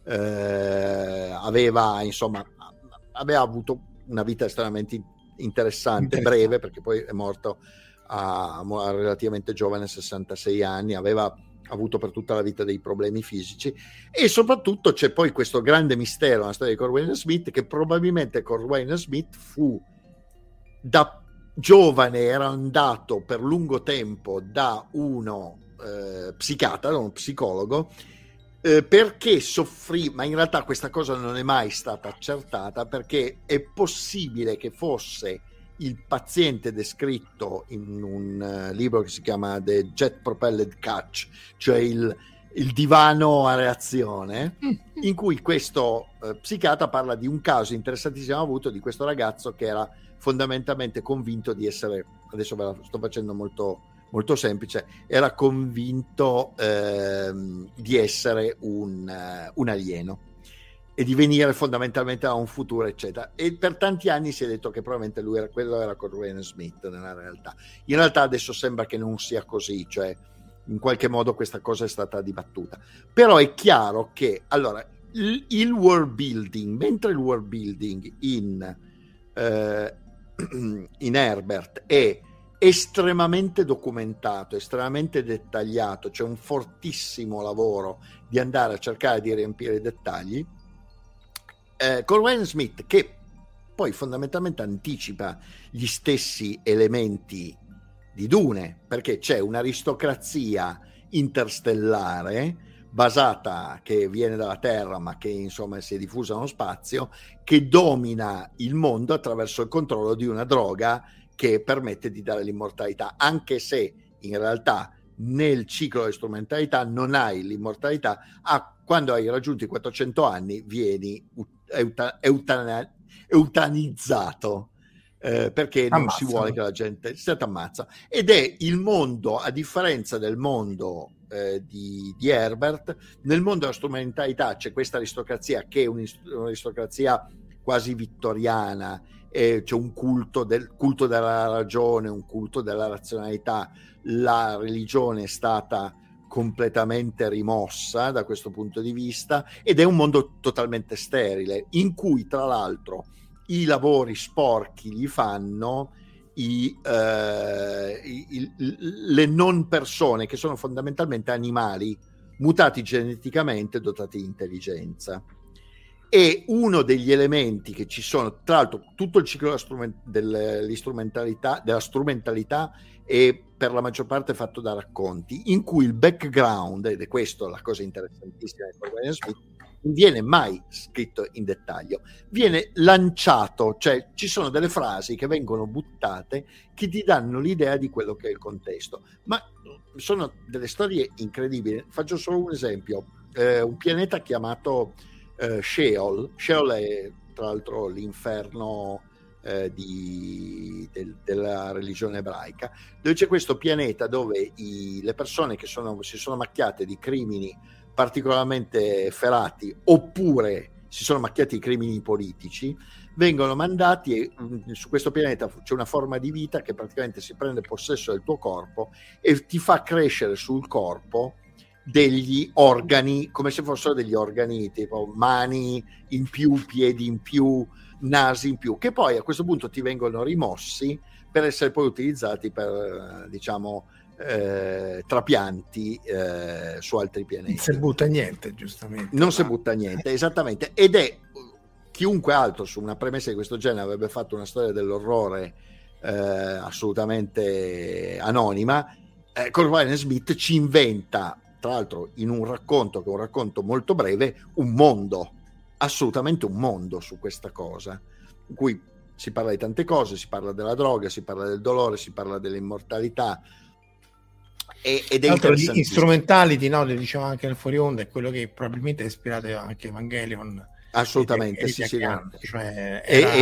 aveva avuto una vita estremamente interessante, breve, perché poi è morto a relativamente giovane, 66 anni, aveva avuto per tutta la vita dei problemi fisici, e soprattutto c'è poi questo grande mistero nella storia di Corwin Smith, che probabilmente Corwin Smith fu da giovane, era andato per lungo tempo da uno psichiatra, da uno psicologo, perché soffrì, ma in realtà questa cosa non è mai stata accertata, perché è possibile che fosse il paziente descritto in un libro che si chiama The Jet Propelled Couch, cioè il divano a reazione, in cui questo psichiatra parla di un caso interessantissimo avuto di questo ragazzo che era fondamentalmente convinto di essere, adesso ve la sto facendo molto, molto semplice, era convinto di essere un alieno e di venire fondamentalmente da un futuro, eccetera. E per tanti anni si è detto che probabilmente quello era Corwin Smith nella realtà. In realtà adesso sembra che non sia così, cioè in qualche modo questa cosa è stata dibattuta. Però è chiaro che, allora, il world building, mentre il world building in Herbert è estremamente documentato, estremamente dettagliato, c'è un fortissimo lavoro di andare a cercare di riempire i dettagli, Corwin Smith, che poi fondamentalmente anticipa gli stessi elementi di Dune, perché c'è un'aristocrazia interstellare basata, che viene dalla Terra ma che insomma si è diffusa nello spazio, che domina il mondo attraverso il controllo di una droga che permette di dare l'immortalità, anche se in realtà nel ciclo di strumentalità non hai l'immortalità. Quando hai raggiunto i 400 anni vieni eutanizzato, perché non si vuole che la gente si ammazza. Ed è il mondo, a differenza del mondo di Herbert, nel mondo della strumentalità c'è questa aristocrazia che è un'aristocrazia quasi vittoriana, c'è un culto della ragione, un culto della razionalità. La religione è stata completamente rimossa da questo punto di vista, ed è un mondo totalmente sterile, in cui tra l'altro i lavori sporchi li fanno le non persone, che sono fondamentalmente animali mutati geneticamente, dotati di intelligenza. E uno degli elementi che ci sono, tra l'altro tutto il ciclo della strumentalità è per la maggior parte fatto da racconti, in cui il background, ed è questa la cosa interessantissima di Corwin Smith, non viene mai scritto in dettaglio, viene lanciato, cioè ci sono delle frasi che vengono buttate che ti danno l'idea di quello che è il contesto, ma sono delle storie incredibili. Faccio solo un esempio, un pianeta chiamato Sheol è tra l'altro l'inferno della religione ebraica, dove c'è questo pianeta dove le persone che si sono macchiate di crimini particolarmente efferati, oppure si sono macchiati di crimini politici, vengono mandati e su questo pianeta c'è una forma di vita che praticamente si prende possesso del tuo corpo e ti fa crescere sul corpo degli organi, come se fossero degli organi tipo mani in più, piedi in più, nasi in più, che poi a questo punto ti vengono rimossi per essere poi utilizzati per trapianti su altri pianeti. Non si butta niente, giustamente. Non si butta niente, esattamente. Ed è chiunque altro su una premessa di questo genere avrebbe fatto una storia dell'orrore assolutamente anonima. Corwin Smith ci inventa, tra l'altro in un racconto che è un racconto molto breve, un mondo, assolutamente un mondo su questa cosa, in cui si parla di tante cose, si parla della droga, si parla del dolore, si parla dell'immortalità, ed è gli Instrumentality, no, le dicevo anche nel fuori onda, è quello che probabilmente ha ispirato anche Evangelion. Assolutamente, sì, cioè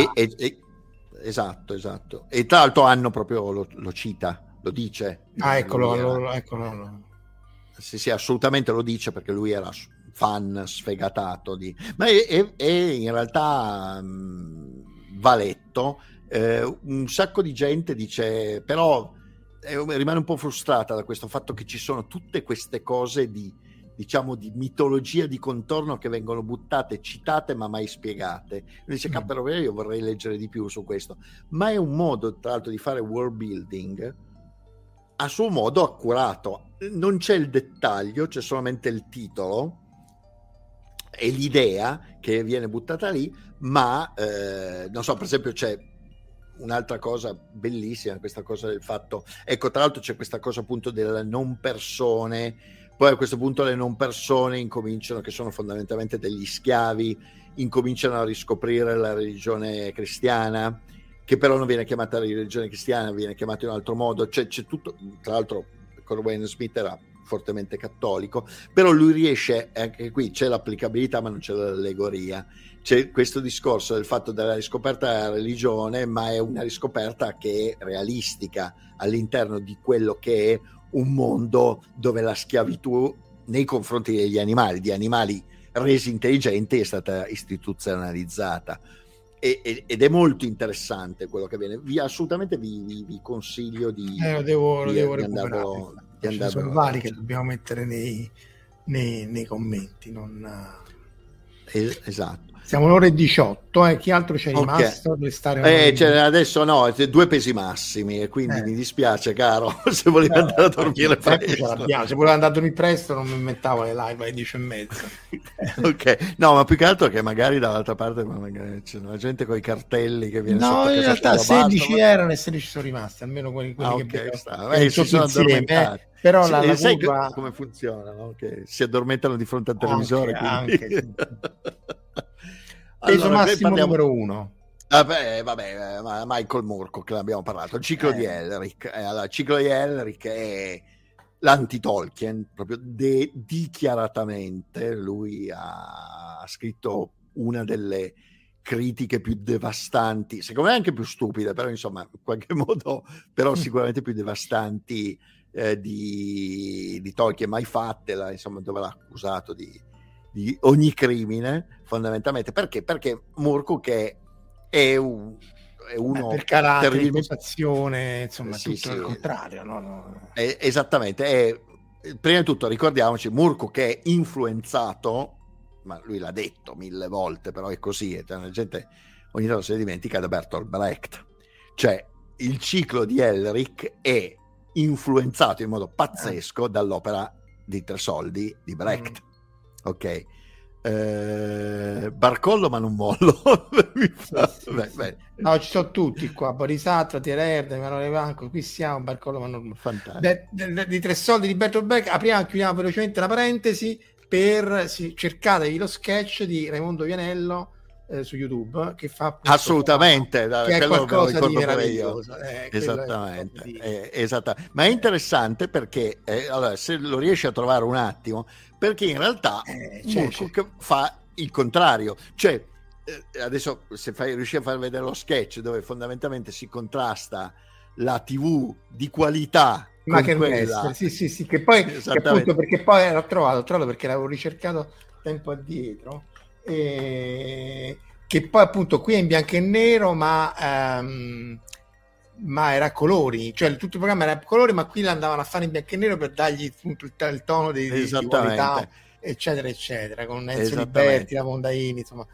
esatto. E tra l'altro Anno proprio lo cita, lo dice. Eccolo. Sì, assolutamente lo dice, perché lui era fan sfegatato ma è in realtà va letto. Un sacco di gente dice, però rimane un po' frustrata da questo fatto che ci sono tutte queste cose di mitologia di contorno che vengono buttate, citate ma mai spiegate. Dice, cappero, io vorrei leggere di più su questo, ma è un modo tra l'altro di fare world building a suo modo accurato. Non c'è il dettaglio, c'è solamente il titolo e l'idea che viene buttata lì, ma non so, per esempio c'è un'altra cosa bellissima, questa cosa del fatto, ecco, tra l'altro c'è questa cosa appunto delle non persone. Poi a questo punto le non persone incominciano, che sono fondamentalmente degli schiavi, incominciano a riscoprire la religione cristiana, che però non viene chiamata religione cristiana, viene chiamata in un altro modo. C'è tutto, tra l'altro Corwin Smith era fortemente cattolico, però lui riesce, anche qui c'è l'applicabilità ma non c'è l'allegoria, c'è questo discorso del fatto della riscoperta della religione, ma è una riscoperta che è realistica all'interno di quello che è un mondo dove la schiavitù nei confronti degli animali, di animali resi intelligenti, è stata istituzionalizzata, ed è molto interessante quello che viene. Assolutamente vi consiglio di devo recuperare. Ci sono vari che dobbiamo mettere nei commenti. Esatto. Siamo all'ora 18, chi altro c'è rimasto? Okay. Adesso no, 2 pesi massimi, e quindi mi dispiace, caro, se volevi andare a dormire presto. Se volevo andare a dormire presto non mi inventavo le live alle 10:30. Ok, no, ma più che altro che magari dall'altra parte magari c'è la gente con i cartelli che viene sotto. No, in realtà 16 erano e 16 sono rimasti, almeno quelli che si sono addormentati. Però sai come funziona, no? Che si addormentano di fronte al televisore. Anche sì. Peso massimo numero 1. Michael Moorcock, che l'abbiamo parlato. Il ciclo di Elric. Il ciclo di Elric è l'anti-Tolkien, proprio dichiaratamente. Lui ha scritto una delle critiche più devastanti, secondo me anche più stupide, però insomma in qualche modo, però sicuramente più devastanti di Tolkien mai fatte, insomma, dove l'ha accusato di ogni crimine, fondamentalmente. Perché Moorcock è uno per carattere, reputazione, insomma, tutto il contrario, no? Esattamente. Prima di tutto ricordiamoci, Moorcock è influenzato, ma lui l'ha detto 1000 volte, però è così, la gente ogni tanto se ne dimentica, da Bertolt Brecht. Cioè il ciclo di Elric è influenzato in modo pazzesco dall'opera di Tre Soldi di Brecht. Ok, Barcollo ma non mollo. No, ci sono tutti qua, Borisatra, Tiererde, Emanuele Banco, qui siamo, Barcollo ma non fantastico. Di Tre Soldi di Bertolt Brecht. Apriamo e chiudiamo velocemente la parentesi per cercatevi lo sketch di Raimondo Vianello su YouTube, che fa assolutamente che è qualcosa di meraviglioso. Esattamente, ma è interessante perché allora, se lo riesci a trovare un attimo, perché in realtà Moorcock fa il contrario, cioè adesso se riusci a far vedere lo sketch dove fondamentalmente si contrasta la TV di qualità ma che quella... sì, che poi che appunto, perché poi l'ho trovato perché l'avevo ricercato tempo addietro, che poi appunto qui è in bianco e nero, ma era a colori, cioè tutto il programma era a colori, ma qui l'andavano a fare in bianco e nero per dargli appunto il tono di qualità, eccetera eccetera, con Enzo Liberti, la Mondaini, insomma,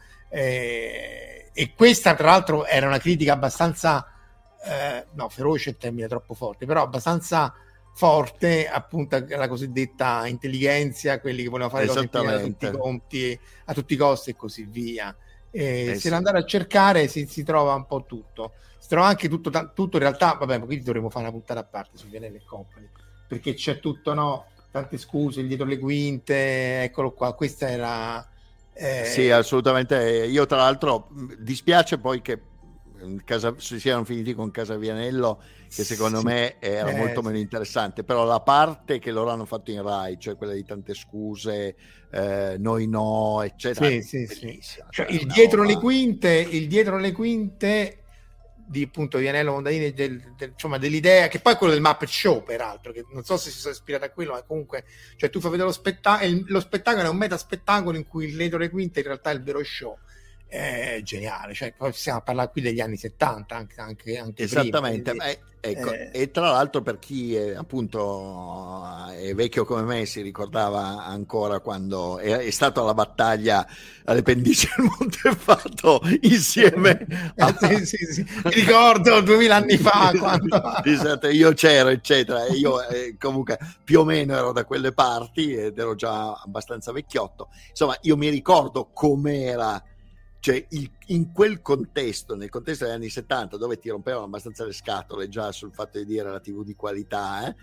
e questa tra l'altro era una critica abbastanza feroce è il termine troppo forte, però abbastanza forte appunto alla cosiddetta intelligenza, quelli che volevano fare cose a tutti i conti, a tutti i costi e così via. Se lo andare a cercare si trova un po' tutto, si trova anche tutto in realtà, vabbè, ma qui dovremmo fare una puntata a parte su Vianelli e Company, perché c'è tutto, no, tante scuse dietro le quinte, eccolo qua, questa era sì, assolutamente. Io tra l'altro dispiace poi che si siano finiti con Casa Vianello, che secondo me era molto meno interessante, però la parte che loro hanno fatto in Rai, cioè quella di tante scuse, noi no, eccetera, cioè, il dietro le quinte di appunto Vianello, Mondaini, insomma, dell'idea che poi è quello del Muppet Show, peraltro, che non so se si sono ispirati a quello, ma comunque, cioè tu fai vedere lo spettacolo è un meta spettacolo in cui il dietro le quinte in realtà è il vero show. È geniale, cioè poi stiamo a parlare qui degli anni 70 anche esattamente prima, e tra l'altro per chi appunto è vecchio come me si ricordava ancora quando è stato alla battaglia alle pendici del Montefatto insieme sì. Ricordo 2000 anni fa quando... esatto, io c'ero eccetera, e io comunque più o meno ero da quelle parti ed ero già abbastanza vecchiotto, insomma io mi ricordo com'era, cioè in quel contesto, nel contesto degli anni 70, dove ti rompevano abbastanza le scatole già sul fatto di dire la TV di qualità,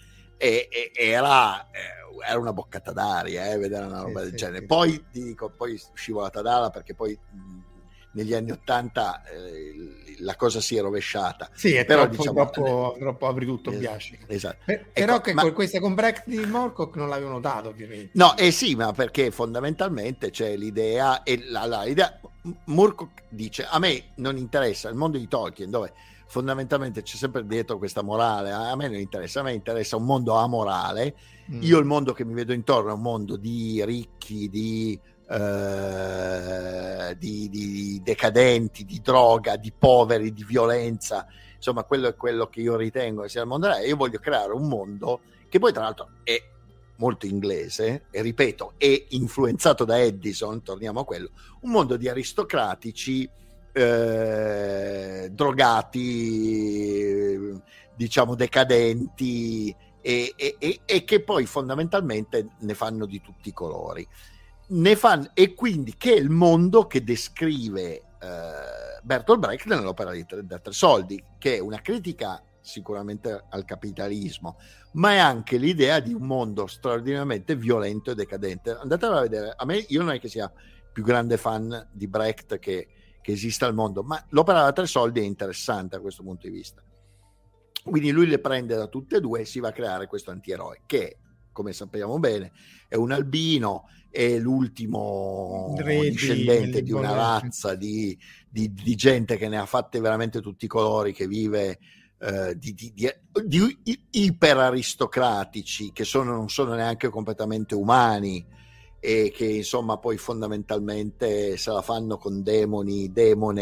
era una boccata d'aria vedere una roba del genere. Poi ti dico, poi scivolata d'ala, perché poi negli anni 80 la cosa si è rovesciata. Sì, però troppo apri tutto Biasci. Esatto. Però che con Brecht di Moorcock non l'avevo notato, ovviamente. No, sì, ma perché fondamentalmente c'è l'idea, e l'idea, Moorcock dice: a me non interessa il mondo di Tolkien, dove fondamentalmente c'è sempre dietro questa morale, a me non interessa, a me interessa un mondo amorale. Io il mondo che mi vedo intorno è un mondo di ricchi, di decadenti, di droga, di poveri, di violenza, insomma quello è quello che io ritengo che sia il mondo reale. Io voglio creare un mondo che poi tra l'altro è molto inglese e ripeto è influenzato da Edison, torniamo a quello, un mondo di aristocratici drogati, diciamo decadenti, e che poi fondamentalmente ne fanno di tutti i colori. E quindi che è il mondo che descrive Bertolt Brecht nell'opera da tre soldi, che è una critica sicuramente al capitalismo, ma è anche l'idea di un mondo straordinariamente violento e decadente. Andatela a vedere. Io non è che sia più grande fan di Brecht che esista al mondo, ma l'opera da tre soldi è interessante da questo punto di vista. Quindi lui le prende da tutte e due e si va a creare questo antieroe che, come sappiamo bene, è un albino, è l'ultimo discendente di una razza di gente che ne ha fatte veramente tutti i colori, che vive di iperaristocratici che non sono neanche completamente umani, e che insomma poi fondamentalmente se la fanno con dei,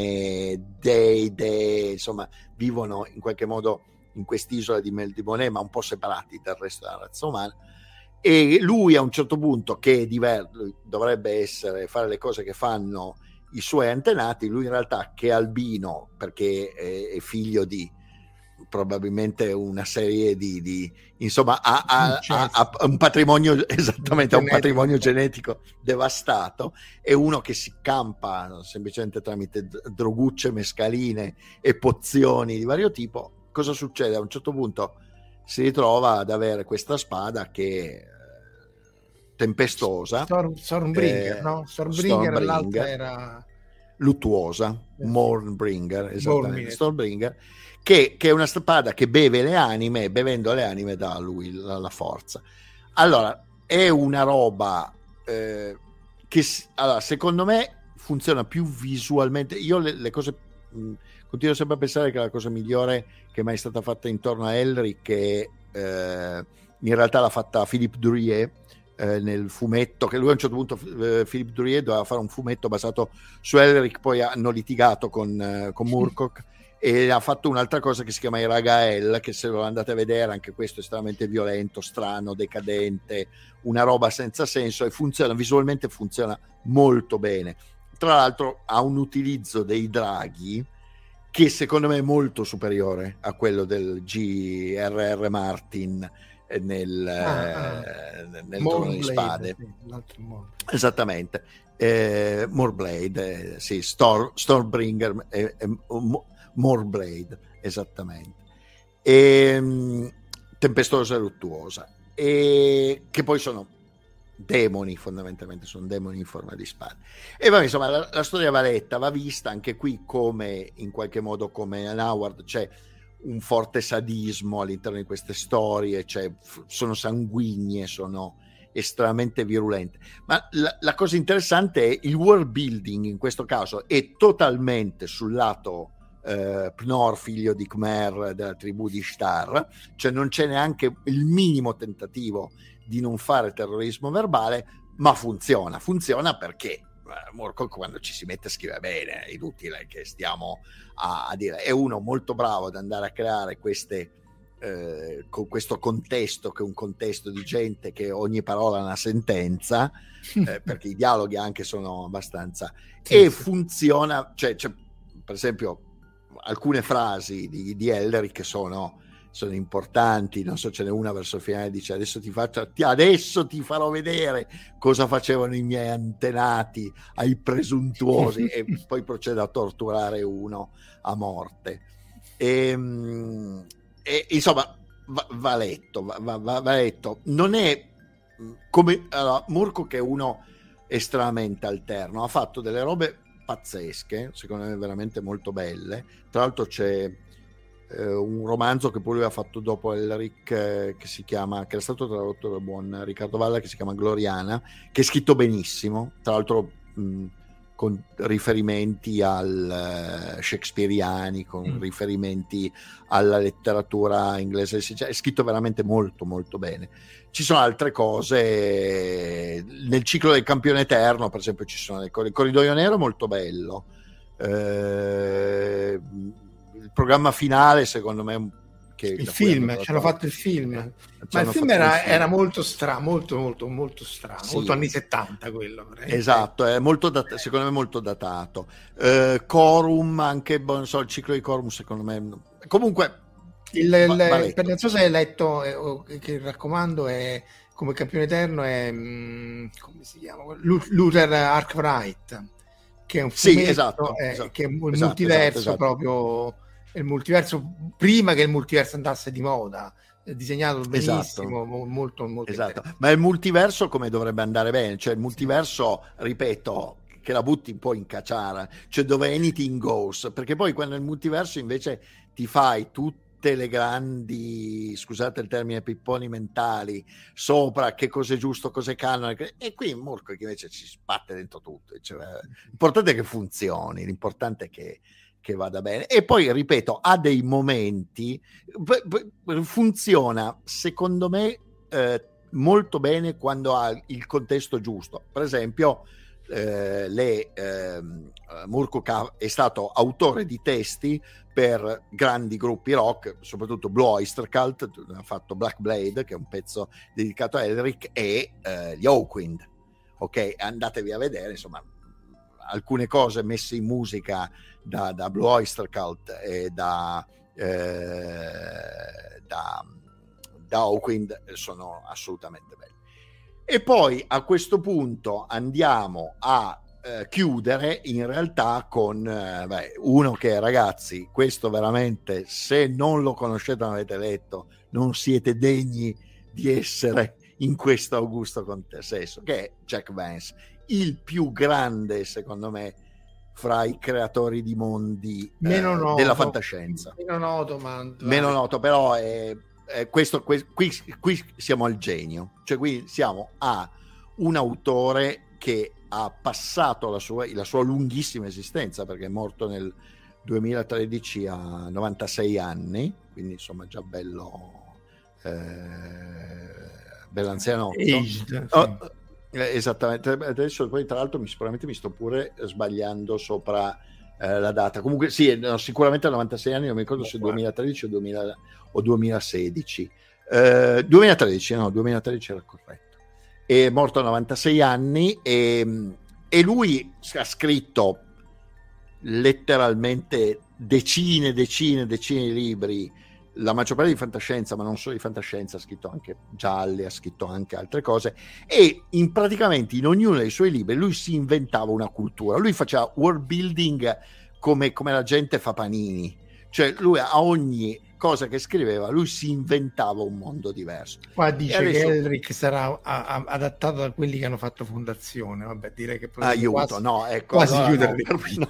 insomma vivono in qualche modo in quest'isola di Meldimonè, ma un po' separati dal resto della razza umana. E lui a un certo punto, che è diverso, dovrebbe fare le cose che fanno i suoi antenati, lui in realtà, che è albino perché è figlio di probabilmente una serie di insomma ha un patrimonio, esattamente, ha un patrimonio genetico devastato, è uno che si campa semplicemente tramite drogucce, mescaline e pozioni di vario tipo. Cosa succede? A un certo punto si ritrova ad avere questa spada che è tempestosa, Stormbringer, no? Stormbringer, l'altra era luttuosa, Mournbringer, esattamente, Stormbringer, che è una spada che beve le anime, bevendo le anime dà a lui la forza. Allora, è una roba che allora, secondo me funziona più visualmente. Io le cose continuo sempre a pensare che la cosa migliore che è mai stata fatta intorno a Elric è in realtà l'ha fatta Philippe Drouillet nel fumetto, che lui a un certo punto Philippe Drouillet doveva fare un fumetto basato su Elric, poi hanno litigato con Moorcock e ha fatto un'altra cosa che si chiama I Ragael, che se lo andate a vedere anche questo è estremamente violento, strano, decadente, una roba senza senso, e funziona visualmente, funziona molto bene. Tra l'altro ha un utilizzo dei draghi che secondo me è molto superiore a quello del G.R.R. Martin nel Trono di Spade. Esattamente. Moorblade, sì, Stormbringer Moorblade, esattamente. Tempestosa e luttuosa, e che poi sono demoni, fondamentalmente sono demoni in forma di spade. E vabbè, insomma, la storia va letta, va vista anche qui come in qualche modo come in Howard c'è un forte sadismo all'interno di queste storie, cioè sono sanguigne, sono estremamente virulente, ma la cosa interessante è il world building. In questo caso è totalmente sul lato Pnor, figlio di Khmer, della tribù di Ishtar, cioè non c'è neanche il minimo tentativo di non fare terrorismo verbale, ma funziona perché Moorcock quando ci si mette scrive bene, è inutile che stiamo a dire, è uno molto bravo ad andare a creare queste con questo contesto, che è un contesto di gente che ogni parola è una sentenza, perché i dialoghi anche sono abbastanza funziona, cioè per esempio alcune frasi di Elric che sono importanti, non so, ce n'è una verso il finale, dice adesso ti farò vedere cosa facevano i miei antenati ai presuntuosi e poi procede a torturare uno a morte. E insomma va letto. Non è come Moorcock, che è uno estremamente alterno, ha fatto delle robe pazzesche, secondo me veramente molto belle. Tra l'altro c'è un romanzo che poi lui ha fatto dopo Elric, che era stato tradotto da buon Riccardo Valla, che si chiama Gloriana, che è scritto benissimo, tra l'altro con riferimenti al shakespeariani, con riferimenti alla letteratura inglese, è scritto veramente molto molto bene. Ci sono altre cose nel ciclo del Campione Eterno, per esempio ci sono il Corridoio Nero, molto bello, il programma finale secondo me, che il film, ci hanno fatto il film, ma il film era molto strano, molto strano, sì. Molto anni 70 quello. Esatto, è molto secondo me molto datato. Corum, anche non so, il ciclo di Corum secondo me comunque per non so se hai letto, che raccomando, è come Campione Eterno, è come si chiama? Luther Arkwright, che è un fumetto, esatto. Che è il multiverso, proprio il multiverso prima che il multiverso andasse di moda, disegnato benissimo, molto esatto. Ma il multiverso come dovrebbe andare bene, cioè il multiverso, ripeto, che la butti un po' in cacciara, cioè dove anything goes, perché poi quando il multiverso invece ti fai tutte le grandi, scusate il termine, pipponi mentali sopra che cosa è giusto, cosa è canone, e qui in Moorcock invece ci sbatte dentro tutto, cioè, l'importante è che funzioni, l'importante è che vada bene. E poi ripeto, ha dei momenti, funziona secondo me molto bene quando ha il contesto giusto. Per esempio Moorcock è stato autore di testi per grandi gruppi rock, soprattutto Blue Oyster Cult, ha fatto Black Blade, che è un pezzo dedicato a Elric, e gli Hawkwind. Ok, andatevi a vedere, insomma, alcune cose messe in musica da Blue Oyster Cult e da Hawkwind sono assolutamente belli. E poi a questo punto andiamo a chiudere in realtà con uno che, ragazzi, questo veramente, se non lo conoscete, non avete letto, non siete degni di essere in questo augusto consesso, che è Jack Vance, il più grande secondo me fra i creatori di mondi della fantascienza, meno noto, però qui siamo al genio, cioè qui siamo a un autore che ha passato la sua lunghissima esistenza, perché è morto nel 2013 a 96 anni, quindi insomma già bell'anzianotto. Esattamente. Adesso poi tra l'altro sicuramente mi sto pure sbagliando sopra la data. Comunque sì, no, sicuramente a 96 anni, non mi ricordo se 2013 o 2016. 2013 era corretto. È morto a 96 anni e lui ha scritto letteralmente decine di libri, la maggior parte di fantascienza, ma non solo di fantascienza, ha scritto anche gialli, ha scritto anche altre cose, e praticamente in ognuno dei suoi libri lui si inventava una cultura, lui faceva world building come la gente fa panini, cioè lui a ogni cosa che scriveva lui si inventava un mondo diverso. Qua dice adesso, che Elric sarà adattato da quelli che hanno fatto Fondazione, vabbè, direi che aiuto, no, ecco, quasi allora, chiudere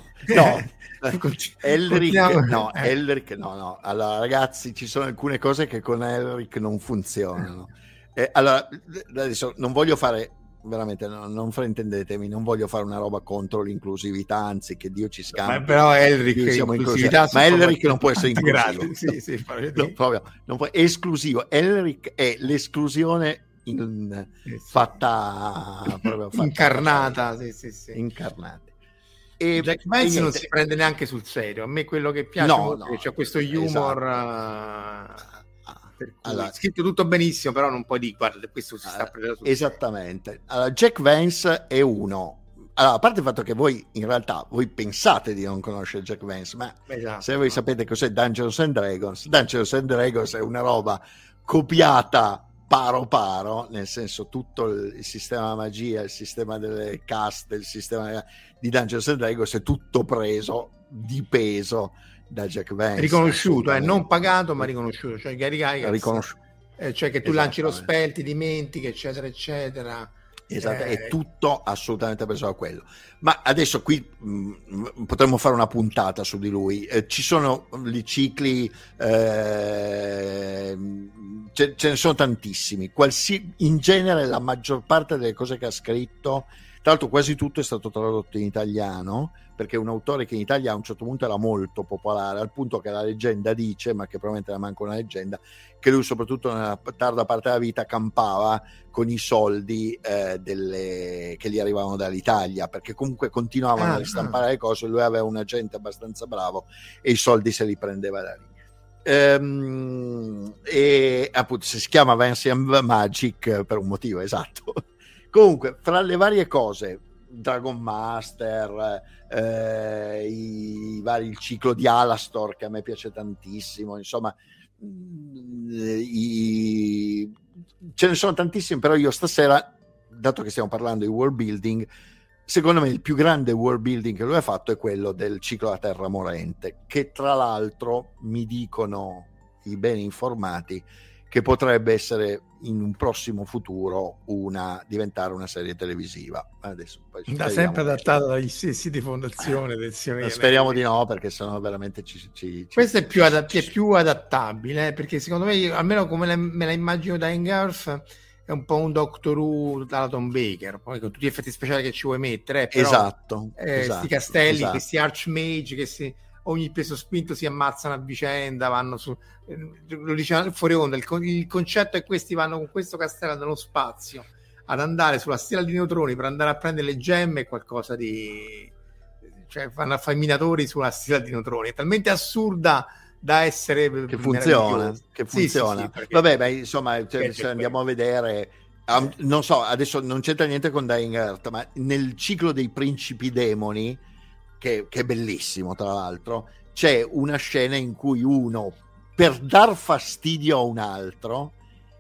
Elric no, allora ragazzi, ci sono alcune cose che con Elric non funzionano. Allora adesso non voglio fare veramente, non fraintendetemi, non voglio fare una roba contro l'inclusività, anzi che Dio ci scampi, però Elric ma Elric non può essere inclusivo, sì, proprio non può, è esclusivo. Elric è l'esclusione fatta incarnata, incarnata. E Jack Vance non si prende neanche sul serio, a me quello che piace c'è questo humor, allora, scritto tutto benissimo, però non puoi dire guarda, questo si sta prendendo sul esattamente. Allora, Jack Vance è uno, allora, a parte il fatto che voi in realtà pensate di non conoscere Jack Vance, ma se voi sapete cos'è Dungeons and Dragons è una roba copiata paro, nel senso tutto il sistema magia, il sistema delle caste, il sistema di Dungeons and Dragons è tutto preso di peso da Jack Vance, riconosciuto, non pagato ma riconosciuto, cioè Gary Gygax, cioè che tu lanci lo spell, ti dimentichi, eccetera. Esatto, è tutto assolutamente preso da quello. Ma adesso qui potremmo fare una puntata su di lui. Ci sono i cicli, ce ne sono tantissimi. In genere la maggior parte delle cose che ha scritto, tra l'altro quasi tutto è stato tradotto in italiano, perché è un autore che in Italia a un certo punto era molto popolare, al punto che la leggenda dice, ma che probabilmente era manco una leggenda, che lui soprattutto nella tarda parte della vita campava con i soldi che gli arrivavano dall'Italia, perché comunque continuavano a ristampare le cose, lui aveva un agente abbastanza bravo e i soldi se li prendeva da lì. E appunto si chiama Vance and Magic per un motivo esatto. Comunque, fra le varie cose, Dragon Master, il ciclo di Alastor che a me piace tantissimo, insomma ce ne sono tantissimi, però io stasera, dato che stiamo parlando di world building, secondo me il più grande world building che lui ha fatto è quello del ciclo della Terra Morente, che tra l'altro mi dicono i ben informati che potrebbe essere in un prossimo futuro diventare una serie televisiva. Adesso poi da sempre adattata dagli stessi di Fondazione. Speriamo di no, perché sennò veramente questo è più adattabile, perché secondo me, almeno come me la immagino da Earth, è un po' un Doctor Who dalla Tom Baker, poi con tutti gli effetti speciali che ci vuoi mettere, però, esatto, sti castelli, questi archmage che ogni peso spinto si ammazzano a vicenda, vanno su, lo diceva fuori onda, il concetto è questi vanno con questo castello nello spazio ad andare sulla stella di neutroni per andare a prendere le gemme, è qualcosa di, cioè vanno a fare i minatori sulla stella di neutroni, è talmente assurda da essere che funziona. Sì, vabbè, beh, insomma, se andiamo a vedere, non so, adesso non c'entra niente con Dying Earth, ma nel ciclo dei principi demoni, che è bellissimo tra l'altro, c'è una scena in cui uno, per dar fastidio a un altro,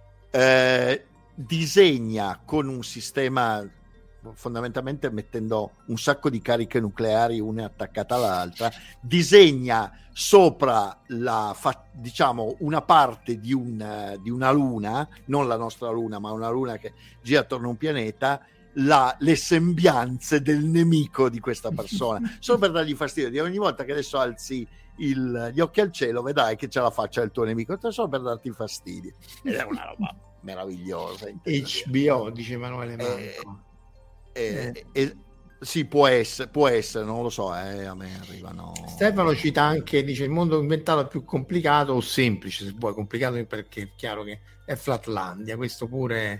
disegna con un sistema, fondamentalmente mettendo un sacco di cariche nucleari una attaccata all'altra, disegna sopra diciamo una parte di una luna, non la nostra luna ma una luna che gira attorno a un pianeta, le sembianze del nemico di questa persona, solo per dargli fastidio, di ogni volta che adesso alzi gli occhi al cielo vedrai che c'è la faccia del tuo nemico, solo per darti fastidio, ed è una roba meravigliosa. HBO, dice Emanuele Manco. Sì, può essere, non lo so, a me arrivano. Stefano cita anche, dice, il mondo inventato è più complicato o semplice, se vuoi, complicato perché è chiaro che è Flatlandia, questo pure...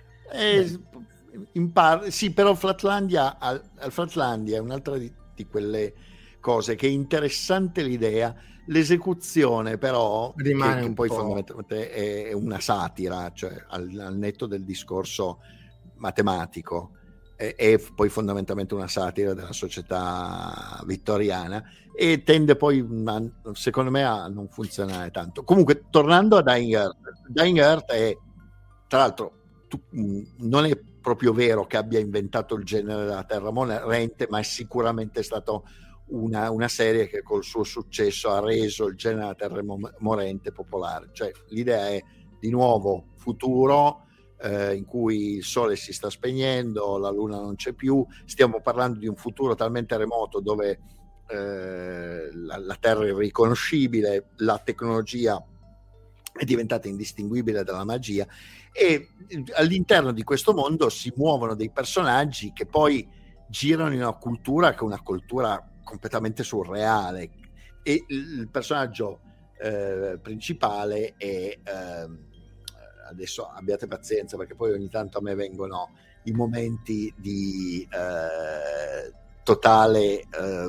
Sì, però Flatlandia è un'altra di quelle cose che è interessante l'idea, l'esecuzione però rimane che un poi po'... fondamentalmente è una satira, cioè al netto del discorso matematico, è poi fondamentalmente una satira della società vittoriana e tende poi secondo me a non funzionare tanto. Comunque, tornando a Dying Earth è, tra l'altro, non è proprio vero che abbia inventato il genere della Terra morente, ma è sicuramente stato una serie che col suo successo ha reso il genere della Terra morente popolare. Cioè l'idea è di nuovo futuro, in cui il sole si sta spegnendo, la luna non c'è più, stiamo parlando di un futuro talmente remoto dove la Terra è irriconoscibile, la tecnologia è diventata indistinguibile dalla magia e all'interno di questo mondo si muovono dei personaggi che poi girano in una cultura che è una cultura completamente surreale e il personaggio principale è adesso abbiate pazienza perché poi ogni tanto a me vengono i momenti di totale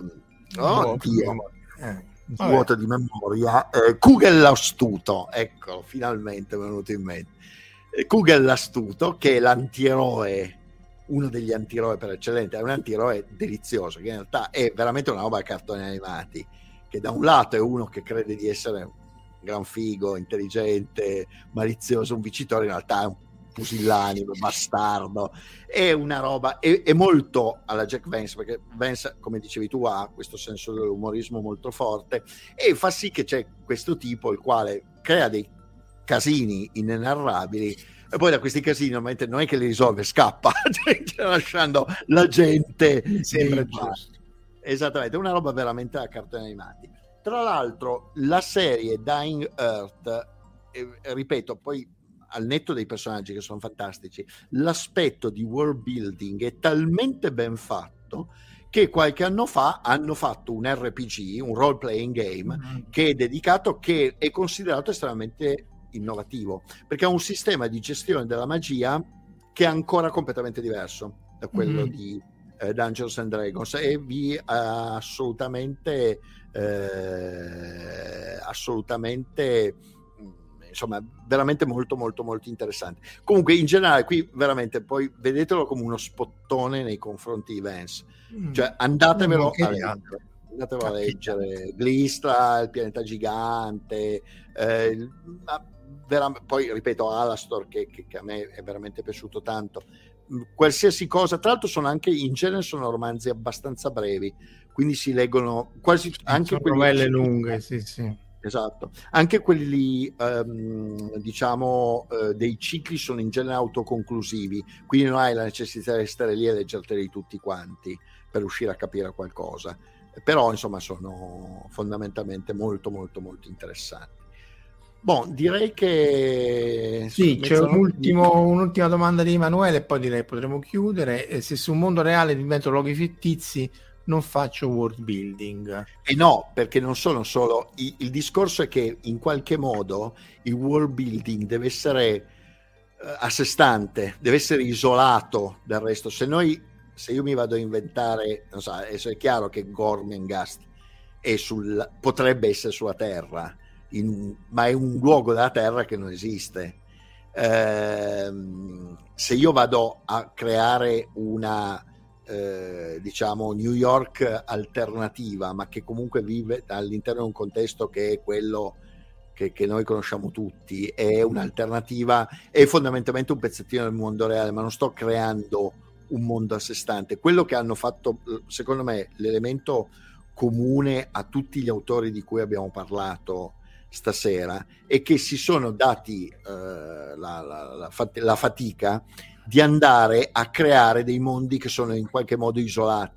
vuoto di memoria. Kugel l'astuto, eccolo, finalmente è venuto in mente. Kugel l'astuto, che è l'antieroe, uno degli antieroi per eccellenza, è un antieroe delizioso, che in realtà è veramente una roba a cartoni animati, che da un lato è uno che crede di essere un gran figo, intelligente, malizioso, un vincitore, in realtà è un pusillanime, bastardo, è una roba, è molto alla Jack Vance, perché Vance, come dicevi tu, ha questo senso dell'umorismo molto forte e fa sì che c'è questo tipo il quale crea dei casini inenarrabili e poi da questi casini normalmente non è che li risolve, scappa lasciando la gente. Sembra giusto. Esattamente, una roba veramente a cartoni animati. Tra l'altro la serie Dying Earth, ripeto, poi al netto dei personaggi che sono fantastici, l'aspetto di world building è talmente ben fatto che qualche anno fa hanno fatto un RPG, un role playing game, che è dedicato, che è considerato estremamente innovativo, perché ha un sistema di gestione della magia che è ancora completamente diverso da quello di Dungeons and Dragons e vi assolutamente insomma veramente molto molto molto interessante. Comunque in generale qui veramente poi vedetelo come uno spottone nei confronti di Vance, cioè andatevelo a leggere Glistra, il pianeta gigante, poi ripeto Alastor che a me è veramente piaciuto tanto, qualsiasi cosa. Tra l'altro in genere sono romanzi abbastanza brevi, quindi si leggono quasi anche quelle novelle lunghe, sì. Esatto, anche quelli diciamo dei cicli sono in genere autoconclusivi, quindi non hai la necessità di stare lì e leggerteli tutti quanti per riuscire a capire qualcosa, però insomma sono fondamentalmente molto molto molto interessanti. Direi che sì, c'è un'ultima domanda di Emanuele e poi direi potremo chiudere. Se su un mondo reale invento luoghi fittizi non faccio world building. E no, perché non sono solo il discorso è che in qualche modo il world building deve essere a sé stante, deve essere isolato dal resto. Se io mi vado a inventare, non so, è chiaro che Gormenghast potrebbe essere sulla Terra, ma è un luogo della Terra che non esiste. Se io vado a creare una diciamo New York alternativa, ma che comunque vive all'interno di un contesto che è quello che noi conosciamo tutti, è un'alternativa, è fondamentalmente un pezzettino del mondo reale, ma non sto creando un mondo a sé stante. Quello che hanno fatto, secondo me, l'elemento comune a tutti gli autori di cui abbiamo parlato stasera è che si sono dati la fatica di andare a creare dei mondi che sono in qualche modo isolati,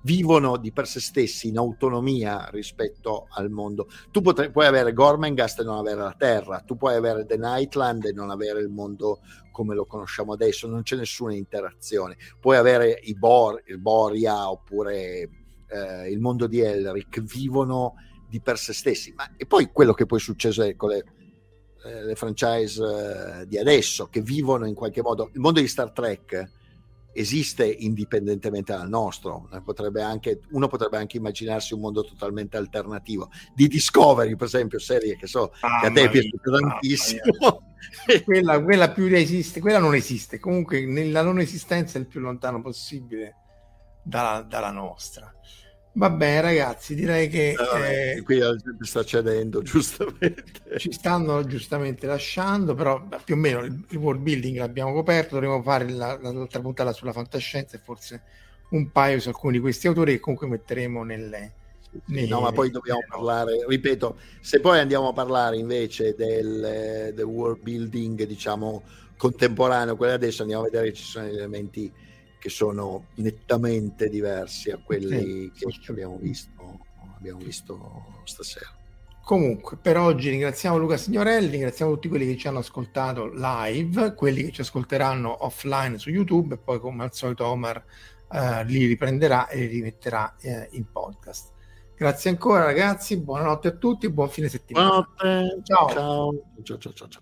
vivono di per sé stessi in autonomia rispetto al mondo. Tu puoi avere Gormenghast e non avere la Terra, tu puoi avere The Nightland e non avere il mondo come lo conosciamo adesso, non c'è nessuna interazione. Puoi avere il Boria oppure il mondo di Elric, vivono di per sé stessi. E poi quello che poi succede con le franchise di adesso, che vivono in qualche modo, il mondo di Star Trek esiste indipendentemente dal nostro. Uno potrebbe anche immaginarsi un mondo totalmente alternativo. Di Discovery, per esempio, serie che che a te è piaciuta tantissimo. Quella più esiste, quella non esiste. Comunque nella non esistenza è il più lontano possibile dalla nostra. Va bene ragazzi, direi che qui la gente sta cedendo, giustamente. Ci stanno giustamente lasciando, però più o meno il world building l'abbiamo coperto. Dovremo fare l'altra puntata sulla fantascienza e forse un paio su alcuni di questi autori che comunque metteremo no, ma poi dobbiamo parlare, ripeto, se poi andiamo a parlare invece del world building, diciamo, contemporaneo, quello adesso, andiamo a vedere che ci sono elementi che sono nettamente diversi a quelli che abbiamo visto stasera. Comunque, per oggi ringraziamo Luca Signorelli, ringraziamo tutti quelli che ci hanno ascoltato live, quelli che ci ascolteranno offline su YouTube, e poi come al solito Omar li riprenderà e li rimetterà in podcast. Grazie ancora ragazzi, buonanotte a tutti, buon fine settimana. Buonanotte. Ciao.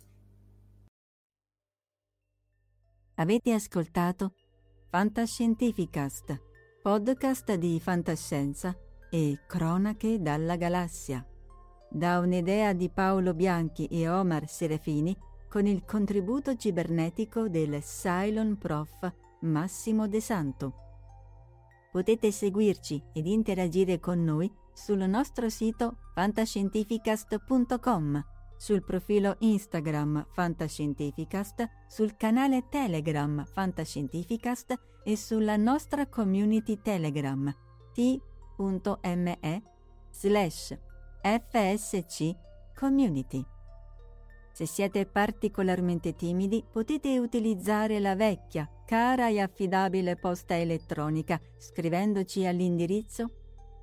Avete ascoltato Fantascientificast, podcast di fantascienza e cronache dalla galassia, da un'idea di Paolo Bianchi e Omar Serafini, con il contributo cibernetico del Cylon Prof Massimo De Santo. Potete seguirci ed interagire con noi sul nostro sito fantascientificast.com, sul profilo Instagram Fantascientificast, sul canale Telegram Fantascientificast e sulla nostra community Telegram t.me/FSC Community. Se siete particolarmente timidi, potete utilizzare la vecchia, cara e affidabile posta elettronica scrivendoci all'indirizzo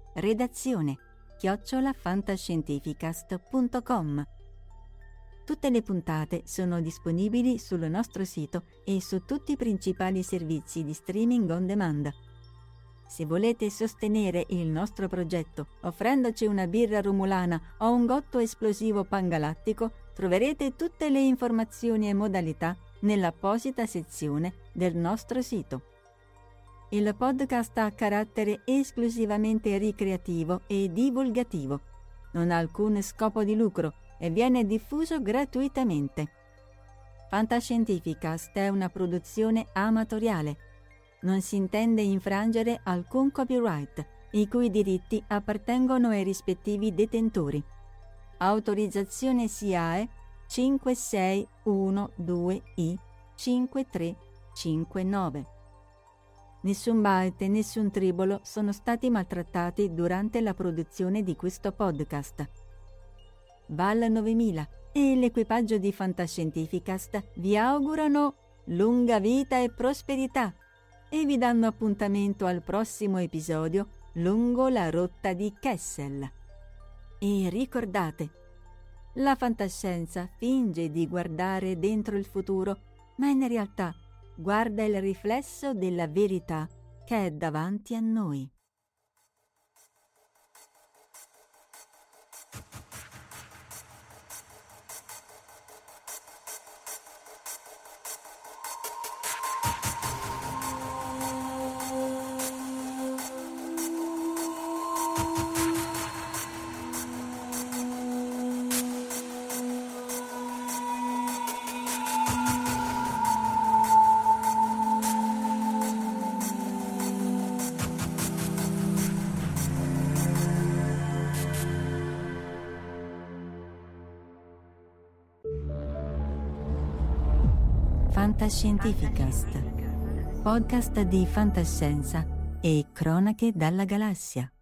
redazione@fantascientificast.com. Tutte le puntate sono disponibili sul nostro sito e su tutti i principali servizi di streaming on demand. Se volete sostenere il nostro progetto offrendoci una birra romulana o un gotto esplosivo pangalattico, troverete tutte le informazioni e modalità nell'apposita sezione del nostro sito. Il podcast ha carattere esclusivamente ricreativo e divulgativo. Non ha alcun scopo di lucro e viene diffuso gratuitamente. Fantascientificast è una produzione amatoriale. Non si intende infrangere alcun copyright, i cui diritti appartengono ai rispettivi detentori. Autorizzazione SIAE 5612I5359. Nessun byte e nessun tribolo sono stati maltrattati durante la produzione di questo podcast. Val 9000 e l'equipaggio di Fantascientificast vi augurano lunga vita e prosperità e vi danno appuntamento al prossimo episodio lungo la rotta di Kessel. E ricordate, la fantascienza finge di guardare dentro il futuro, ma in realtà guarda il riflesso della verità che è davanti a noi. Fantascientificast, podcast di fantascienza e cronache dalla galassia.